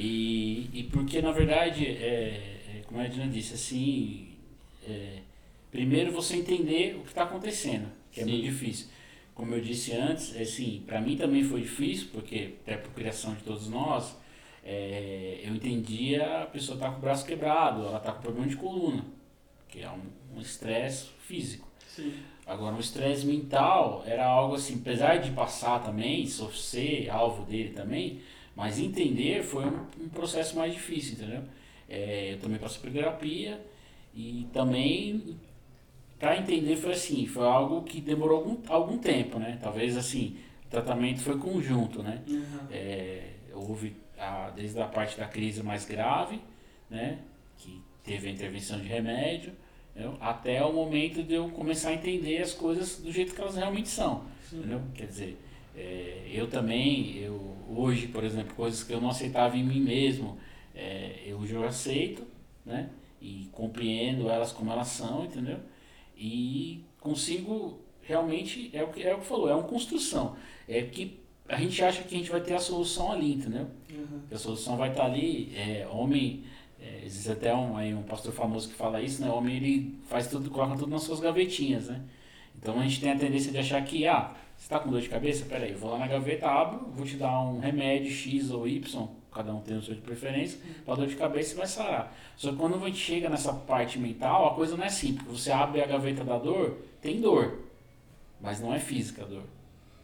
E porque, na verdade, como a Edna disse, assim, primeiro você entender o que está acontecendo, que é muito difícil. Como eu disse antes, assim, para mim também foi difícil, porque até por criação de todos nós, eu entendia a pessoa tá com o braço quebrado, ela tá com problema de coluna, que é um estresse físico. Sim. Agora, um estresse mental era algo assim, apesar de passar também, ser alvo dele também, mas entender foi um processo mais difícil, entendeu? Eu também passei por terapia e também... Para entender foi algo que demorou algum tempo, né? Talvez assim, o tratamento foi conjunto, né? Houve desde a parte da crise mais grave, né? Que teve a intervenção de remédio, até o momento de eu começar a entender as coisas do jeito que elas realmente são, entendeu? Quer dizer, hoje, por exemplo, coisas que eu não aceitava em mim mesmo, hoje eu aceito, né? E compreendo elas como elas são, entendeu? E consigo, realmente, é o que falou, é uma construção. É que a gente acha que a gente vai ter a solução ali, entendeu? Que a solução vai estar ali, homem, existe até um pastor famoso que fala isso, né? Homem, ele faz tudo, coloca tudo nas suas gavetinhas, né? Então a gente tem a tendência de achar que, você está com dor de cabeça? Peraí, eu vou lá na gaveta, abro, vou te dar um remédio X ou Y, cada um tem o seu de preferência, para dor de cabeça e vai sarar. Só que quando a gente chega nessa parte mental, a coisa não é assim, porque você abre a gaveta da dor, tem dor, mas não é física a dor.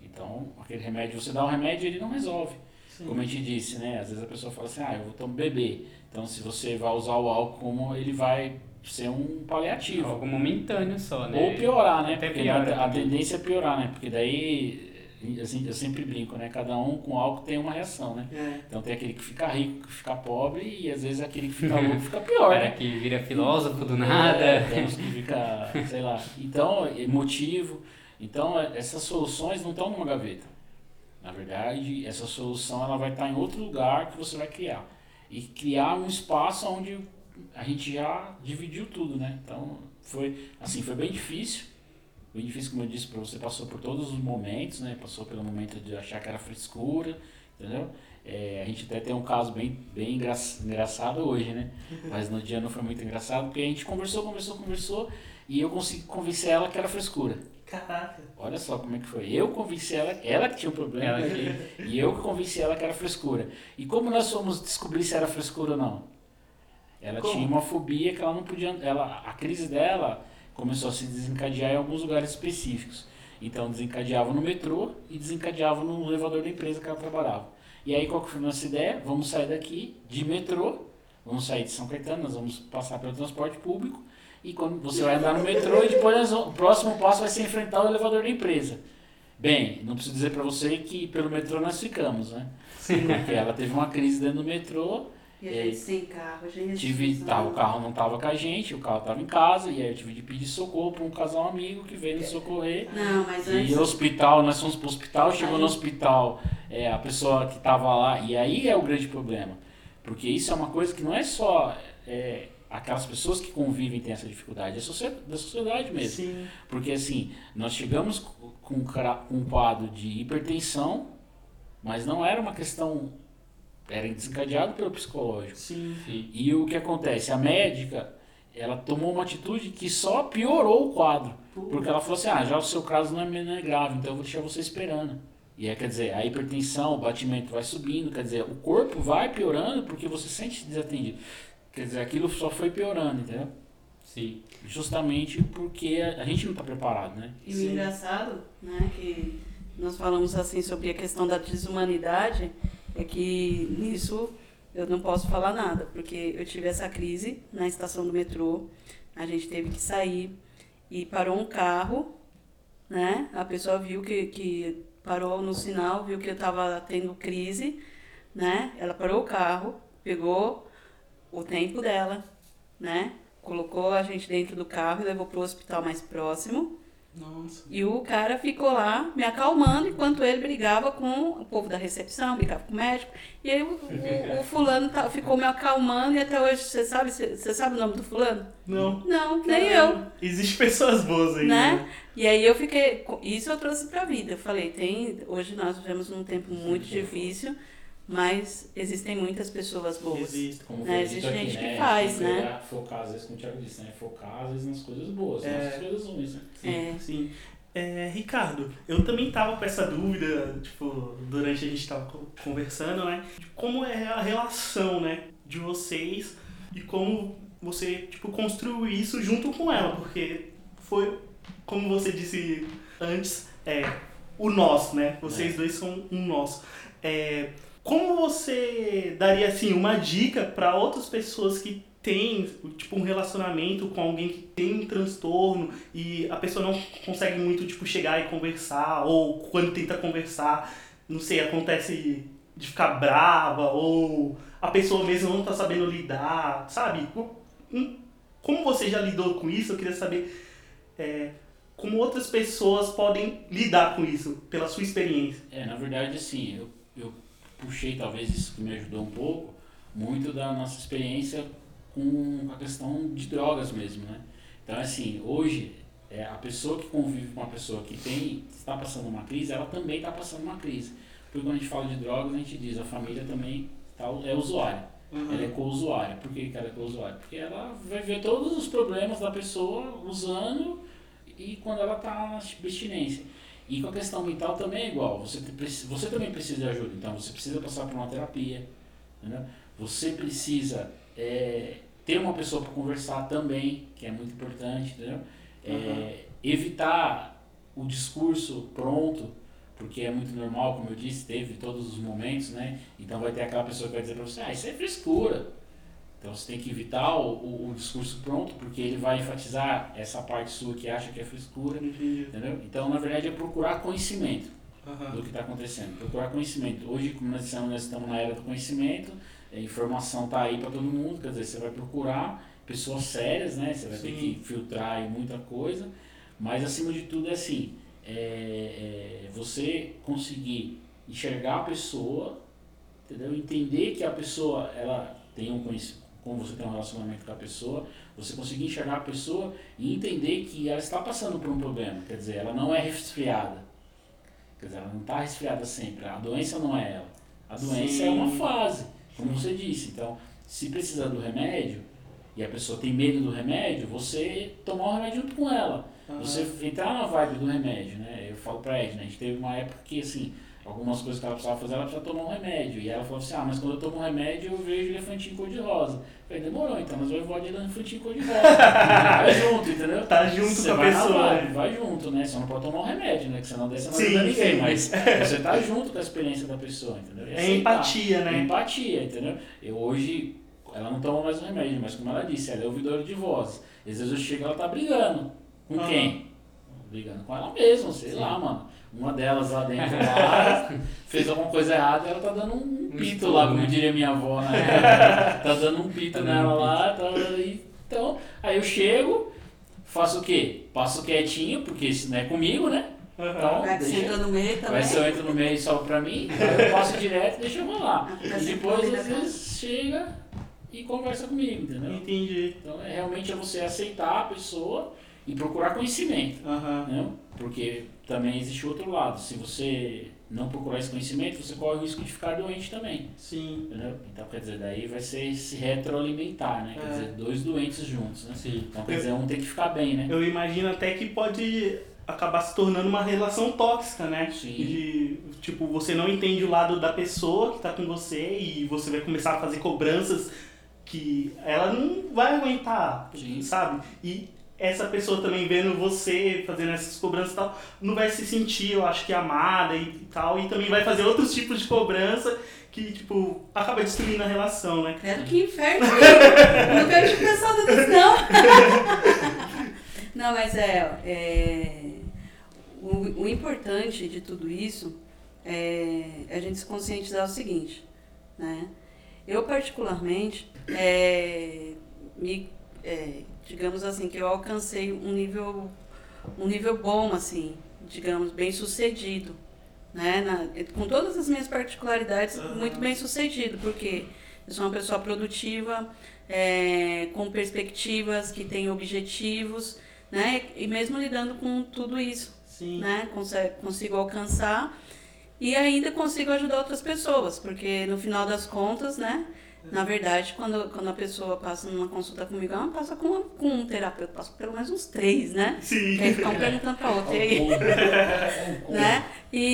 Então, aquele remédio, você dá um remédio, ele não resolve. Sim. Como a gente disse, né? Às vezes a pessoa fala assim, eu vou tomar beber. Então, se você vai usar o álcool, ele vai ser um paliativo. Algo momentâneo só, né? Ou piorar, né? Até Porque piora a também. tendência é piorar, né? Porque daí, assim, eu sempre brinco, né? Cada um com álcool tem uma reação, né? Então tem aquele que fica rico, que fica pobre, e às vezes aquele que fica louco fica pior, Cara né? que vira filósofo do nada. Tem uns que fica, sei lá. Então, emotivo. Então, essas soluções não estão numa gaveta. Na verdade, essa solução ela vai estar em outro lugar que você vai criar. E criar um espaço onde a gente já dividiu tudo, né? Então, foi bem difícil. Bem difícil, como eu disse, para você passou por todos os momentos, né? Passou pelo momento de achar que era frescura, entendeu? A gente até tem um caso bem engraçado hoje, né? Mas no dia não foi muito engraçado, porque a gente conversou, e eu consegui convencer ela que era frescura. Caraca. Olha só como é que foi. Eu convenci ela que tinha um problema, e eu que convenci ela que era frescura. E como nós fomos descobrir se era frescura ou não? Ela tinha uma fobia que ela não podia... A crise dela começou a se desencadear em alguns lugares específicos. Então desencadeava no metrô e desencadeava no elevador da empresa que ela trabalhava. E aí qual que foi a nossa ideia? Vamos sair daqui de metrô, vamos sair de São Caetano, nós vamos passar pelo transporte público, e quando você vai andar no metrô, e depois o próximo passo vai ser enfrentar o elevador da empresa. Bem, não preciso dizer para você que pelo metrô nós ficamos, né? Sim. Porque ela teve uma crise dentro do metrô. E a gente sem carro, o carro não estava com a gente, o carro estava em casa, e aí eu tive de pedir socorro para um casal amigo que veio nos socorrer. Não, mas antes... E no hospital, nós fomos para o hospital, chegou no hospital, a pessoa que estava lá, e aí é o grande problema. Porque isso é uma coisa que não é só aquelas pessoas que convivem têm essa dificuldade, é da sociedade mesmo. Sim. Porque assim, nós chegamos com um quadro de hipertensão, mas não era uma questão... Era desencadeado pelo psicológico. Sim. E o que acontece? A médica, ela tomou uma atitude que só piorou o quadro. Porque ela falou assim, já o seu caso não é grave, então eu vou deixar você esperando. E aí, quer dizer, a hipertensão, o batimento vai subindo, quer dizer, o corpo vai piorando porque você se sente desatendido. Quer dizer, aquilo só foi piorando, entendeu? Sim. Justamente porque a gente não está preparado, né? E o engraçado, né, que nós falamos assim sobre a questão da desumanidade, é que nisso eu não posso falar nada, porque eu tive essa crise na estação do metrô, a gente teve que sair e parou um carro, né? A pessoa viu que parou no sinal, viu que eu estava tendo crise, né? Ela parou o carro, pegou o tempo dela, né? Colocou a gente dentro do carro e levou para o hospital mais próximo. Nossa. E o cara ficou lá me acalmando enquanto ele brigava com o povo da recepção, brigava com o médico. E aí o fulano ficou me acalmando e até hoje, você sabe o nome do fulano? Não. Não, nem eu. Existem pessoas boas aí, Né? E aí eu fiquei... Isso eu trouxe pra vida. Eu falei, hoje nós vivemos num tempo muito difícil, mas existem muitas pessoas boas. Existe. Como Né? foi Existe dito aqui, gente que né? faz, Tem que né? focar, às vezes, como o Thiago disse, né? Focar, às vezes, nas coisas boas, não nas coisas ruins, né? Sim. Ricardo, eu também tava com essa dúvida, durante a gente tava conversando, né? De como é a relação, né? De vocês e como você, construiu isso junto com ela, porque foi, como você disse antes, o nós, né? Vocês dois são um nós. Como você daria, assim, uma dica para outras pessoas que têm, um relacionamento com alguém que tem um transtorno e a pessoa não consegue muito, chegar e conversar, ou quando tenta conversar, não sei, acontece de ficar brava, ou a pessoa mesmo não tá sabendo lidar, sabe? Como você já lidou com isso? Eu queria saber como outras pessoas podem lidar com isso, pela sua experiência. Na verdade, assim, eu puxei talvez isso que me ajudou um pouco, muito da nossa experiência com a questão de drogas mesmo, né? Então, assim, hoje, a pessoa que convive com uma pessoa que está passando uma crise, ela também está passando uma crise. Porque quando a gente fala de drogas, a gente diz, a família também é usuária. Ela é co-usuária. Por que ela é co-usuária? Porque ela vai ver todos os problemas da pessoa usando e quando ela está na abstinência. E com a questão mental também é igual. Você também precisa de ajuda. Então, você precisa passar por uma terapia. Entendeu? Você precisa ter uma pessoa para conversar também, que é muito importante. Entendeu? Evitar o discurso pronto, porque é muito normal, como eu disse, teve todos os momentos, né? Então vai ter aquela pessoa que vai dizer para você, isso é frescura. Então você tem que evitar o discurso pronto, porque ele vai enfatizar essa parte sua que acha que é frescura, entendeu? Então, na verdade, é procurar conhecimento do que está acontecendo, procurar conhecimento. Hoje, como nós estamos na era do conhecimento, a informação está aí para todo mundo, quer dizer, você vai procurar pessoas sérias, né? Você vai ter que filtrar aí muita coisa, mas acima de tudo é assim, você conseguir enxergar a pessoa, entendeu? Entender que a pessoa, ela tem um conhecimento, como você tem um relacionamento com a pessoa, você conseguir enxergar a pessoa e entender que ela está passando por um problema, quer dizer, ela não é resfriada, quer dizer, ela não está resfriada sempre, a doença não é ela, a doença é uma fase, como você disse. Então, se precisa do remédio e a pessoa tem medo do remédio, você tomar o remédio junto com ela, você entrar na vibe do remédio, né? Eu falo pra Edna, a gente teve uma época que assim, algumas coisas que ela precisava fazer, ela precisava tomar um remédio. E ela falou assim, mas quando eu tomo um remédio eu vejo elefantinho cor-de-rosa. Eu falei, demorou, então nós vamos voar de elefantinho cor-de-rosa. Vai junto, entendeu? Tá junto você com a vai pessoa. Vai junto, né? Você não pode tomar um remédio, né? Que senão daí você não ajuda ninguém. Mas você tá junto com a experiência da pessoa, entendeu? É empatia, né? É empatia, entendeu? Eu hoje, ela não toma mais um remédio, mas como ela disse, ela é ouvidora de voz. Às vezes eu chego e ela tá brigando. Com quem? Brigando com ela mesma, sei lá, mano. Uma delas lá dentro lá, fez alguma coisa errada e ela tá dando um pito lá, como diria minha avó, né? Tá dando um pito nela lá, então, aí eu chego, faço o quê? Passo quietinho, porque isso não é comigo, né? Então, vai que você entra no meio também. Vai se eu entro no meio só pra mim, eu passo direto e deixa eu rolar. E depois, às vezes, chega e conversa comigo, entendeu? Entendi. Então, realmente é você aceitar a pessoa e procurar conhecimento, né? Porque também existe o outro lado. Se você não procurar esse conhecimento, você corre o risco de ficar doente também. Sim. Entendeu? Então, quer dizer, daí vai ser se retroalimentar, né? Quer dizer, dois doentes juntos, né? Sim. Então, quer dizer, um tem que ficar bem, né? Eu imagino até que pode acabar se tornando uma relação tóxica, né? Sim. De, tipo, você não entende o lado da pessoa que tá com você e você vai começar a fazer cobranças que ela não vai aguentar, sabe? E essa pessoa também vendo você fazendo essas cobranças e tal, não vai se sentir, eu acho que amada e tal, e também vai fazer outros tipos de cobrança que, tipo, acaba destruindo a relação, né? Credo que inferno! Não quero te pensar nisso, não! Não, mas o importante de tudo isso é a gente se conscientizar o seguinte, né? Eu, particularmente, digamos assim, que eu alcancei um nível bom, assim, digamos, bem sucedido, né? Com todas as minhas particularidades, muito bem sucedido, porque eu sou uma pessoa produtiva, com perspectivas, que tem objetivos, né? E mesmo lidando com tudo isso, né? Consigo alcançar e ainda consigo ajudar outras pessoas, porque no final das contas, né? Na verdade, quando a pessoa passa numa consulta comigo, ela não passa com um terapeuta, passa pelo menos uns 3, né? Sim. Que aí ficam perguntando pra outra. Né?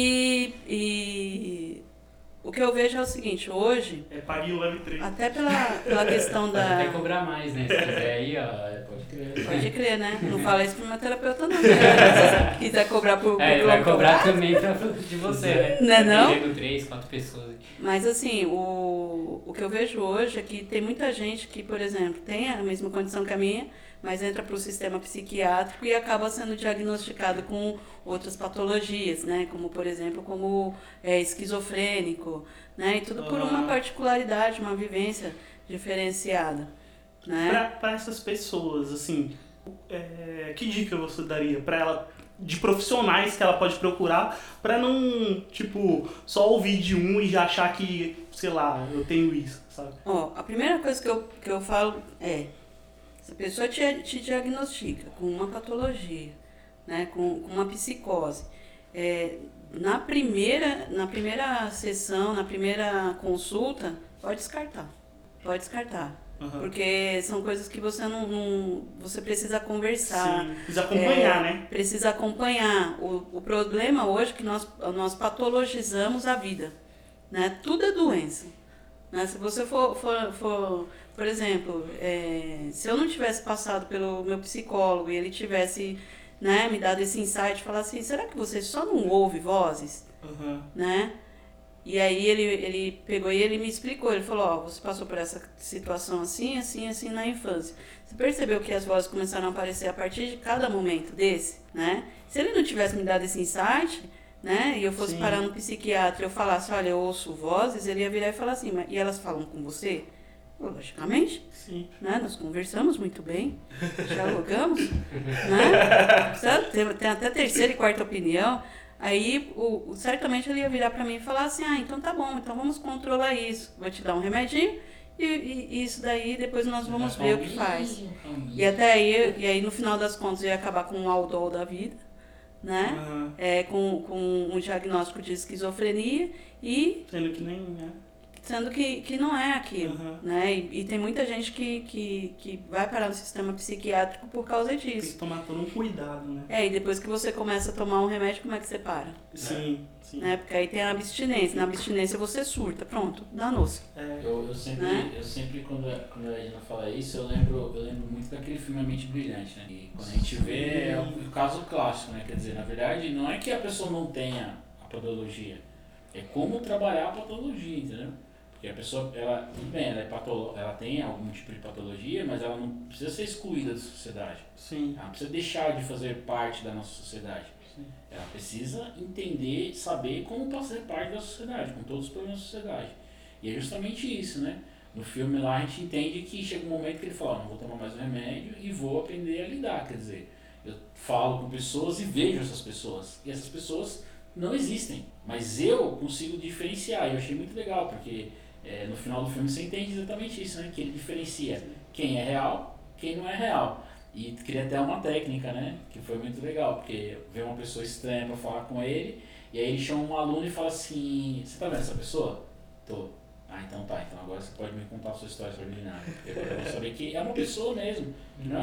E o que eu vejo é o seguinte, hoje... pague o leve 3. Até pela questão da... Pode até cobrar mais, né? Se quiser aí, ó, pode crer. Pode crer, né? Não fala isso pro meu terapeuta, não. Se quiser cobrar por... Ele vai cobrar também de você, né? Não? Chegam 3, 4 pessoas. Mas assim, o que eu vejo hoje é que tem muita gente que, por exemplo, tem a mesma condição que a minha, mas entra para o sistema psiquiátrico e acaba sendo diagnosticado com outras patologias, né? Como, por exemplo, esquizofrênico, né? E tudo por uma particularidade, uma vivência diferenciada, né? Para essas pessoas, assim, que dica você daria para ela, de profissionais que ela pode procurar, para não, tipo, só ouvir de um e já achar que, sei lá, eu tenho isso, sabe? A primeira coisa que eu falo é, se a pessoa te diagnostica com uma patologia, né, com uma psicose, na primeira sessão, na primeira consulta, pode descartar. Porque são coisas que você você precisa conversar. Sim, precisa acompanhar, né? Precisa acompanhar. O problema hoje é que nós patologizamos a vida, né? Tudo é doença. Né? Se você for, por exemplo, se eu não tivesse passado pelo meu psicólogo e ele tivesse né, me dado esse insight, falar assim, será que você só não ouve vozes? Aham. Né? E aí ele pegou e ele me explicou, ele falou, ó, você passou por essa situação assim, assim, assim na infância. Você percebeu que as vozes começaram a aparecer a partir de cada momento desse, né? Se ele não tivesse me dado esse insight, né, e eu fosse Sim. parar no psiquiatra e eu falasse, olha, eu ouço vozes, ele ia virar e falar assim, e elas falam com você? Logicamente, Sim. né? Nós conversamos muito bem, dialogamos, né? Tem até terceira e quarta opinião. Aí, certamente ele ia virar para mim e falar assim, então tá bom, então vamos controlar isso. Vou te dar um remedinho e isso daí depois nós vamos ver o que faz. E até aí, no final das contas, eu ia acabar com um Aldol da vida, né? Aham. Com um diagnóstico de esquizofrenia e Sendo que nem é. sendo que não é aquilo, Aham. né? E tem muita gente que vai parar no sistema psiquiátrico por causa Tem que disso. tomar todo um cuidado, né? E depois que você começa a tomar um remédio, como é que você para? Sim, sim. Né? Porque aí tem a abstinência. Na abstinência você surta, pronto, danou-se. É. Eu sempre, Né? quando a Edna fala isso, eu lembro muito daquele filme A Mente Brilhante, né? E quando a gente vê, é o caso clássico, né? Quer dizer, na verdade, não é que a pessoa não tenha a patologia, é como trabalhar a patologia, entendeu? Porque a pessoa, tudo bem, ela tem algum tipo de patologia, mas ela não precisa ser excluída da sociedade. Sim. Ela não precisa deixar de fazer parte da nossa sociedade. Sim. Ela precisa entender, saber como fazer parte da sociedade, com todos os problemas da sociedade. E é justamente isso, né? No filme lá a gente entende que chega um momento que ele fala, não vou tomar mais o remédio e vou aprender a lidar. Quer dizer, eu falo com pessoas e vejo essas pessoas. E essas pessoas não existem, mas eu consigo diferenciar. E eu achei muito legal, porque no final do filme você entende exatamente isso, né? Que ele diferencia quem é real, quem não é real. E queria até uma técnica, né? Que foi muito legal, porque veio uma pessoa estranha para falar com ele, e aí ele chama um aluno e fala assim, você tá vendo essa pessoa? Tô. Então tá, então agora você pode me contar a sua história extraordinária. Porque agora eu vou saber que é uma pessoa mesmo. Não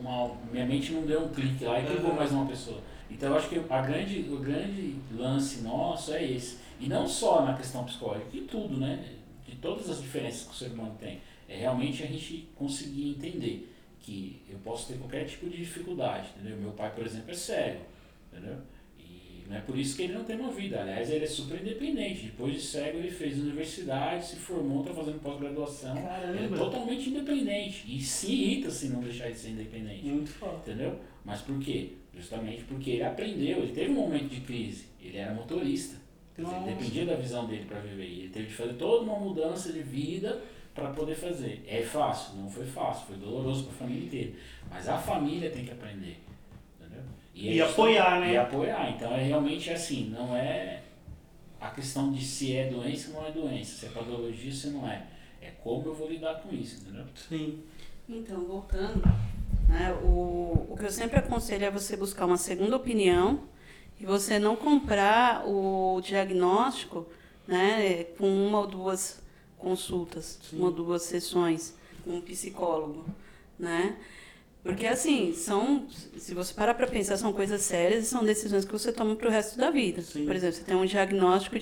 é minha mente não deu um clique lá e clicou mais uma pessoa. Então eu acho que o grande lance nosso é esse. E não só na questão psicológica, de tudo, né? De todas as diferenças que o ser humano tem. É realmente a gente conseguir entender que eu posso ter qualquer tipo de dificuldade, entendeu? Meu pai, por exemplo, é cego, entendeu? E não é por isso que ele não tem uma vida. Aliás, ele é super independente. Depois de cego, ele fez universidade, se formou, está fazendo pós-graduação. Ele é totalmente independente. E se irrita se não deixar de ser independente. Muito foda. Entendeu? Mas por quê? Justamente porque ele aprendeu, ele teve um momento de crise. Ele era motorista. Quer dizer, ele dependia da visão dele para viver. E ele teve de fazer toda uma mudança de vida para poder fazer. É fácil? Não foi fácil, foi doloroso para a família inteira. Mas a família tem que aprender, entendeu? E apoiar, né? E apoiar. Então é realmente assim, não é a questão de se é doença ou não é doença, se é patologia ou se não é. É como eu vou lidar com isso, entendeu? Sim. Então, voltando, né, o que eu sempre aconselho é você buscar uma segunda opinião e você não comprar o diagnóstico, né, com uma ou duas consultas, Sim. uma ou duas sessões com um psicólogo, né? Porque, assim, se você parar para pensar, são coisas sérias e são decisões que você toma para o resto da vida. Sim. Por exemplo, você tem um diagnóstico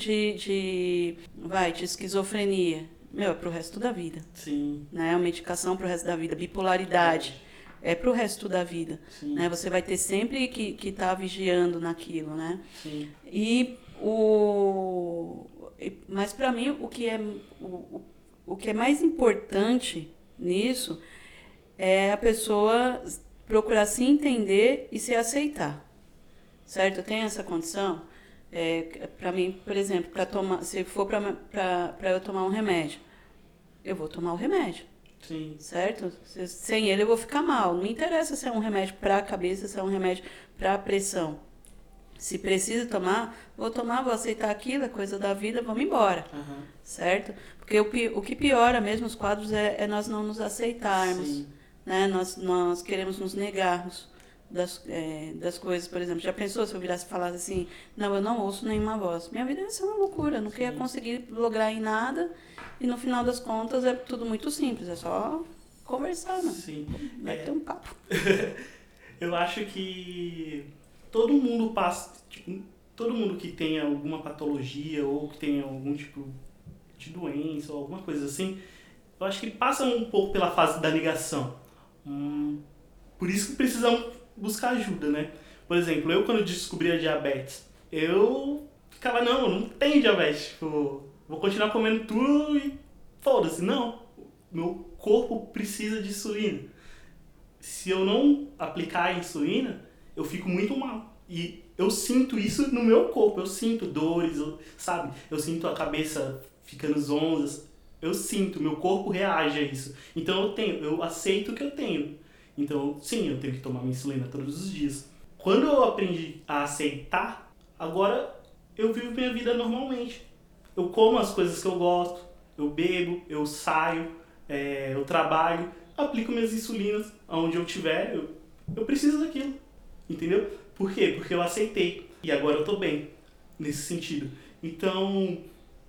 de esquizofrenia, é para o resto da vida, Sim. né? Uma medicação para o resto da vida, bipolaridade, é para o resto da vida, Sim. né? Você vai ter sempre que estar vigiando naquilo, né? Sim. Mas para mim o que é mais importante nisso é a pessoa procurar se entender e se aceitar, certo? Eu tenho essa condição. Para mim, por exemplo, se for para eu tomar um remédio, eu vou tomar o remédio. Sim. Certo? Sem ele eu vou ficar mal. Não interessa se é um remédio para a cabeça, se é um remédio para a pressão. Se precisa tomar, vou tomar, vou aceitar aquilo, é coisa da vida, vamos embora. Aham. Certo? Porque o que piora mesmo os quadros é nós não nos aceitarmos. Sim. Né? Nós queremos nos negarmos das coisas. Por exemplo, já pensou se eu virasse e falasse assim, não, eu não ouço nenhuma voz. Minha vida ia ser uma loucura, eu não ia conseguir lograr em nada. E no final das contas é tudo muito simples, é só conversar, né? Sim. Vai ter um papo. Eu acho que todo mundo passa, tipo, todo mundo que tem alguma patologia ou que tem algum tipo de doença ou alguma coisa assim, eu acho que passa um pouco pela fase da negação. Por isso que precisam buscar ajuda, né? Por exemplo, eu quando descobri a diabetes, eu ficava, não tenho diabetes, tipo, vou continuar comendo tudo e foda-se. Não, meu corpo precisa de insulina. Se eu não aplicar a insulina, eu fico muito mal. E eu sinto isso no meu corpo, eu sinto dores, sabe? Eu sinto a cabeça ficando zonzas, eu sinto, meu corpo reage a isso. Então eu aceito o que eu tenho. Então, sim, eu tenho que tomar minha insulina todos os dias. Quando eu aprendi a aceitar, agora eu vivo minha vida normalmente. Eu como as coisas que eu gosto, eu bebo, eu saio, eu trabalho, aplico minhas insulinas aonde eu estiver, eu preciso daquilo, entendeu? Por quê? Porque eu aceitei e agora eu tô bem, nesse sentido. Então,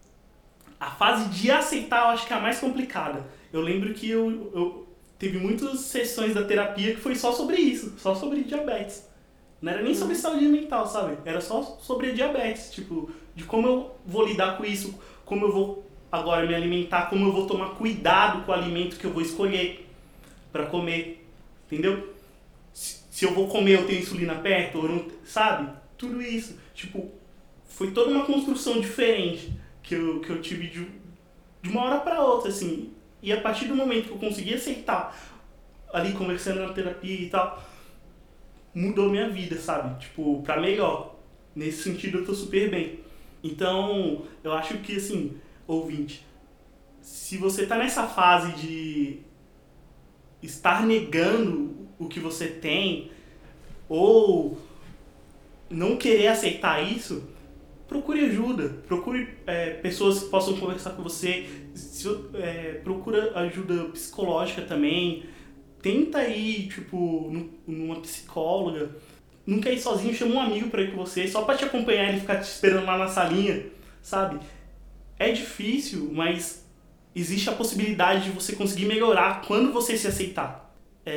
a fase de aceitar eu acho que é a mais complicada. Eu lembro que eu teve muitas sessões da terapia que foi só sobre isso, só sobre diabetes. Não era nem sobre saúde mental, sabe? Era só sobre a diabetes, tipo, de como eu vou lidar com isso, como eu vou agora me alimentar, como eu vou tomar cuidado com o alimento que eu vou escolher para comer, entendeu? Se eu vou comer, eu tenho insulina perto, ou não, sabe? Tudo isso, tipo, foi toda uma construção diferente que eu tive de uma hora para outra, assim. E a partir do momento que eu consegui aceitar, ali conversando na terapia e tal, mudou minha vida, sabe? Tipo, pra melhor. Nesse sentido eu tô super bem. Então, eu acho que, assim, ouvinte, se você tá nessa fase de estar negando o que você tem, ou não querer aceitar isso, procure ajuda. Procure pessoas que possam conversar com você. Procura ajuda psicológica também. Tenta ir, tipo, numa psicóloga. Não quer ir sozinho, chama um amigo pra ir com você, só pra te acompanhar e ficar te esperando lá na salinha, sabe? É difícil, mas existe a possibilidade de você conseguir melhorar quando você se aceitar.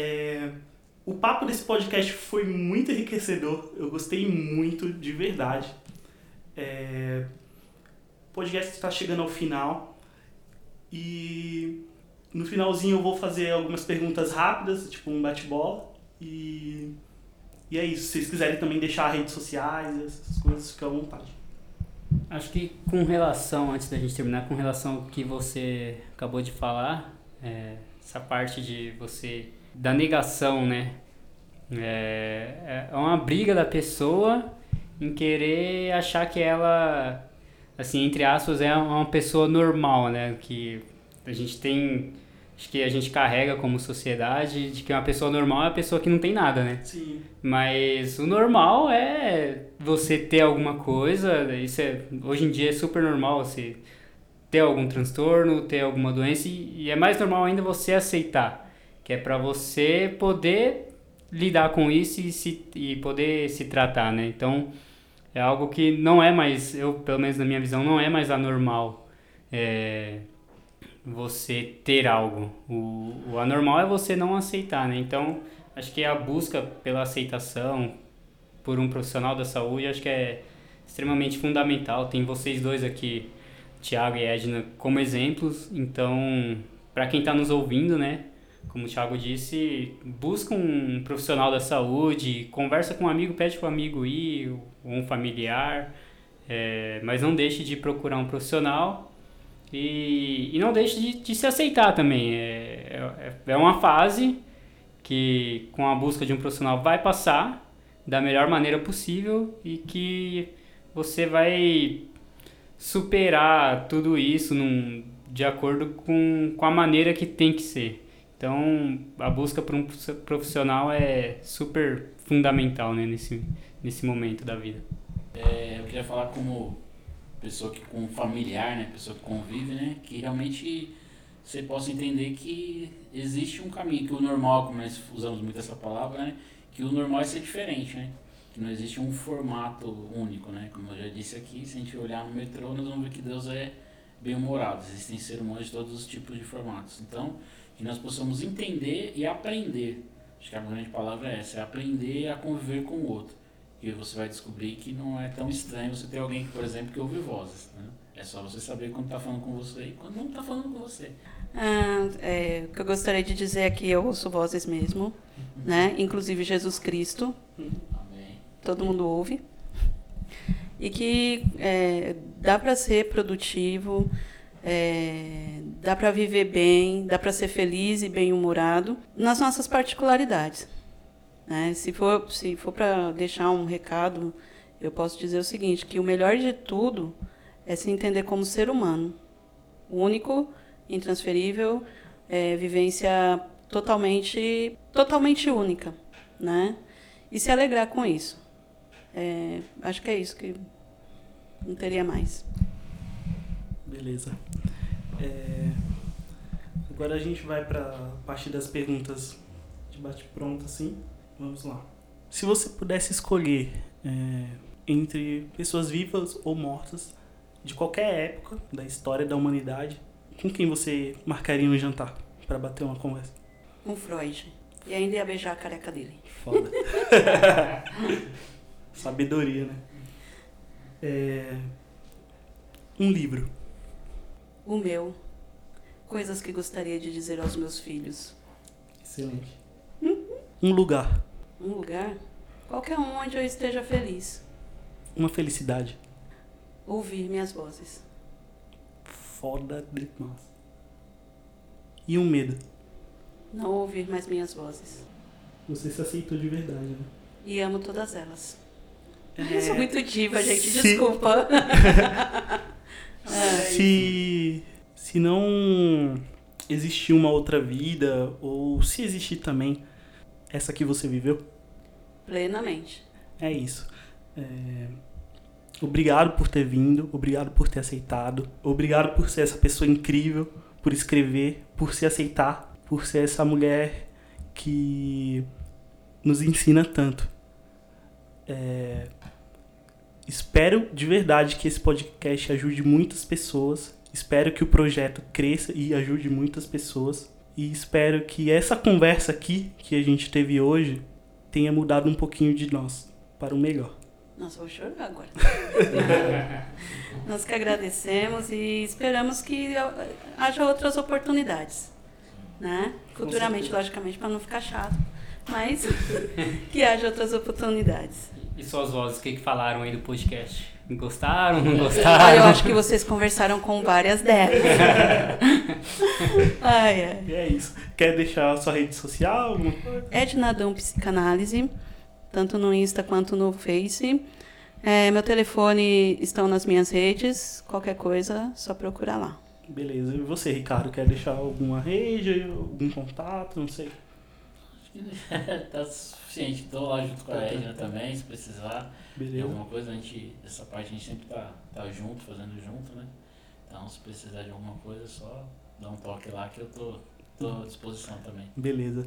O papo desse podcast foi muito enriquecedor, eu gostei muito, de verdade. O podcast está chegando ao final e no finalzinho eu vou fazer algumas perguntas rápidas, tipo um bate-bola, e é isso. Se vocês quiserem também deixar redes sociais, essas coisas, fica à vontade. Acho que com relação, antes da gente terminar, com relação ao que você acabou de falar, essa parte de você, da negação, né? É uma briga da pessoa em querer achar que ela, assim, entre aspas, é uma pessoa normal, né? Que a gente tem, acho que a gente carrega como sociedade de que uma pessoa normal é a pessoa que não tem nada, né? Sim. Mas o normal é você ter alguma coisa, isso hoje em dia é super normal você ter algum transtorno, ter alguma doença, e é mais normal ainda você aceitar, que é pra você poder lidar com isso e poder se tratar, né? Então, é algo que não é mais, pelo menos na minha visão, não é mais anormal você ter algo. O anormal é você não aceitar, né? Então, acho que a busca pela aceitação por um profissional da saúde, acho que é extremamente fundamental. Tem vocês dois aqui, Thiago e Edna, como exemplos. Então, para quem está nos ouvindo, né? Como o Thiago disse, busca um profissional da saúde, conversa com um amigo, pede para um amigo ir, ou um familiar, mas não deixe de procurar um profissional e não deixe de se aceitar também. É uma fase que, com a busca de um profissional, vai passar da melhor maneira possível e que você vai superar tudo isso de acordo com a maneira que tem que ser. Então, a busca por um profissional é super fundamental, né, nesse momento da vida. Eu queria falar como pessoa com familiar, né, pessoa que convive, né, que realmente você possa entender que existe um caminho, que o normal, como nós usamos muito essa palavra, né, que o normal é ser diferente, né, que não existe um formato único, né, como eu já disse aqui, se a gente olhar no metrô, nós vamos ver que Deus é bem-humorado, existem seres humanos de todos os tipos de formatos. Então, que nós possamos entender e aprender. Acho que a grande palavra é essa, é aprender a conviver com o outro. E você vai descobrir que não é tão estranho você ter alguém que, por exemplo, que ouve vozes, né? É só você saber quando está falando com você e quando não está falando com você. O que eu gostaria de dizer é que eu ouço vozes mesmo, né? Inclusive Jesus Cristo. Amém. todo mundo ouve. E que dá para ser produtivo, dá para viver bem, dá para ser feliz e bem-humorado nas nossas particularidades. Né? Se for para deixar um recado, eu posso dizer o seguinte, que o melhor de tudo é se entender como ser humano, único, intransferível, vivência totalmente única, né? E se alegrar com isso. Acho que é isso, que não teria mais. Beleza. Agora a gente vai para a parte das perguntas de bate-pronto, assim. Vamos lá. Se você pudesse escolher entre pessoas vivas ou mortas, de qualquer época da história da humanidade, com quem você marcaria um jantar para bater uma conversa? Com Freud. E ainda ia beijar a careca dele. Foda. Sabedoria, né? Um livro. O meu. Coisas que gostaria de dizer aos meus filhos. Excelente. Um lugar. Um lugar? Qualquer um onde eu esteja feliz. Uma felicidade. Ouvir minhas vozes. Foda demais. E um medo. Não ouvir mais minhas vozes. Você se aceitou de verdade, né? E amo todas elas. Eu sou muito diva, gente. Se- Desculpa. Se não existir uma outra vida, ou se existir também, essa que você viveu, Plenamente. é isso. Obrigado por ter vindo, obrigado por ter aceitado, obrigado por ser essa pessoa incrível, por escrever, por se aceitar, por ser essa mulher que nos ensina tanto. Espero de verdade que esse podcast ajude muitas pessoas. Espero que o projeto cresça e ajude muitas pessoas. E espero que essa conversa aqui que a gente teve hoje tenha mudado um pouquinho de nós para o melhor. Nossa, vou chorar agora. Nós que agradecemos e esperamos que haja outras oportunidades. Né? Futuramente, certeza. logicamente, para não ficar chato. Mas que haja outras oportunidades. E suas vozes, o que falaram aí do podcast? Gostaram, não Eu gostaram? acho que vocês conversaram com várias delas. Ai. E é isso. Quer deixar a sua rede social? Alguma coisa? Edna Adão Psicanálise, tanto no Insta quanto no Face. Meu telefone estão nas minhas redes. Qualquer coisa, só procurar lá. Beleza. E você, Ricardo, quer deixar alguma rede, algum contato? Não sei. Tá suficiente. Tô lá junto com a Edna também, se precisar. De Beleza. alguma coisa, essa parte a gente sempre tá junto, fazendo junto, né? Então, se precisar de alguma coisa, só dá um toque lá que eu tô à disposição também. Beleza.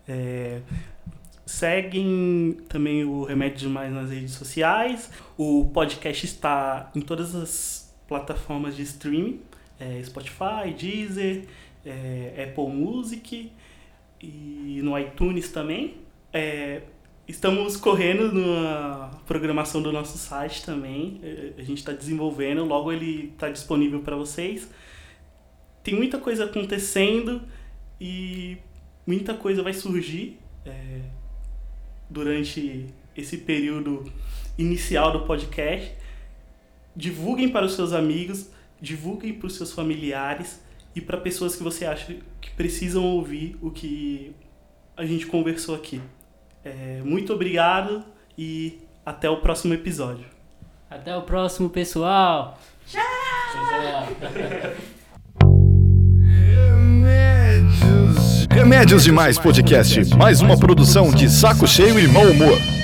Seguem também o Remédios Demais nas redes sociais. O podcast está em todas as plataformas de streaming. Spotify, Deezer, Apple Music e no iTunes também. Estamos correndo na programação do nosso site também. A gente está desenvolvendo, logo ele está disponível para vocês. Tem muita coisa acontecendo e muita coisa vai surgir durante esse período inicial do podcast. Divulguem para os seus amigos, divulguem para os seus familiares e para pessoas que você acha que precisam ouvir o que a gente conversou aqui. Muito obrigado e até o próximo episódio. Até o próximo, pessoal! Remédios Demais Podcast, mais uma produção de Saco Cheio e Mau Humor.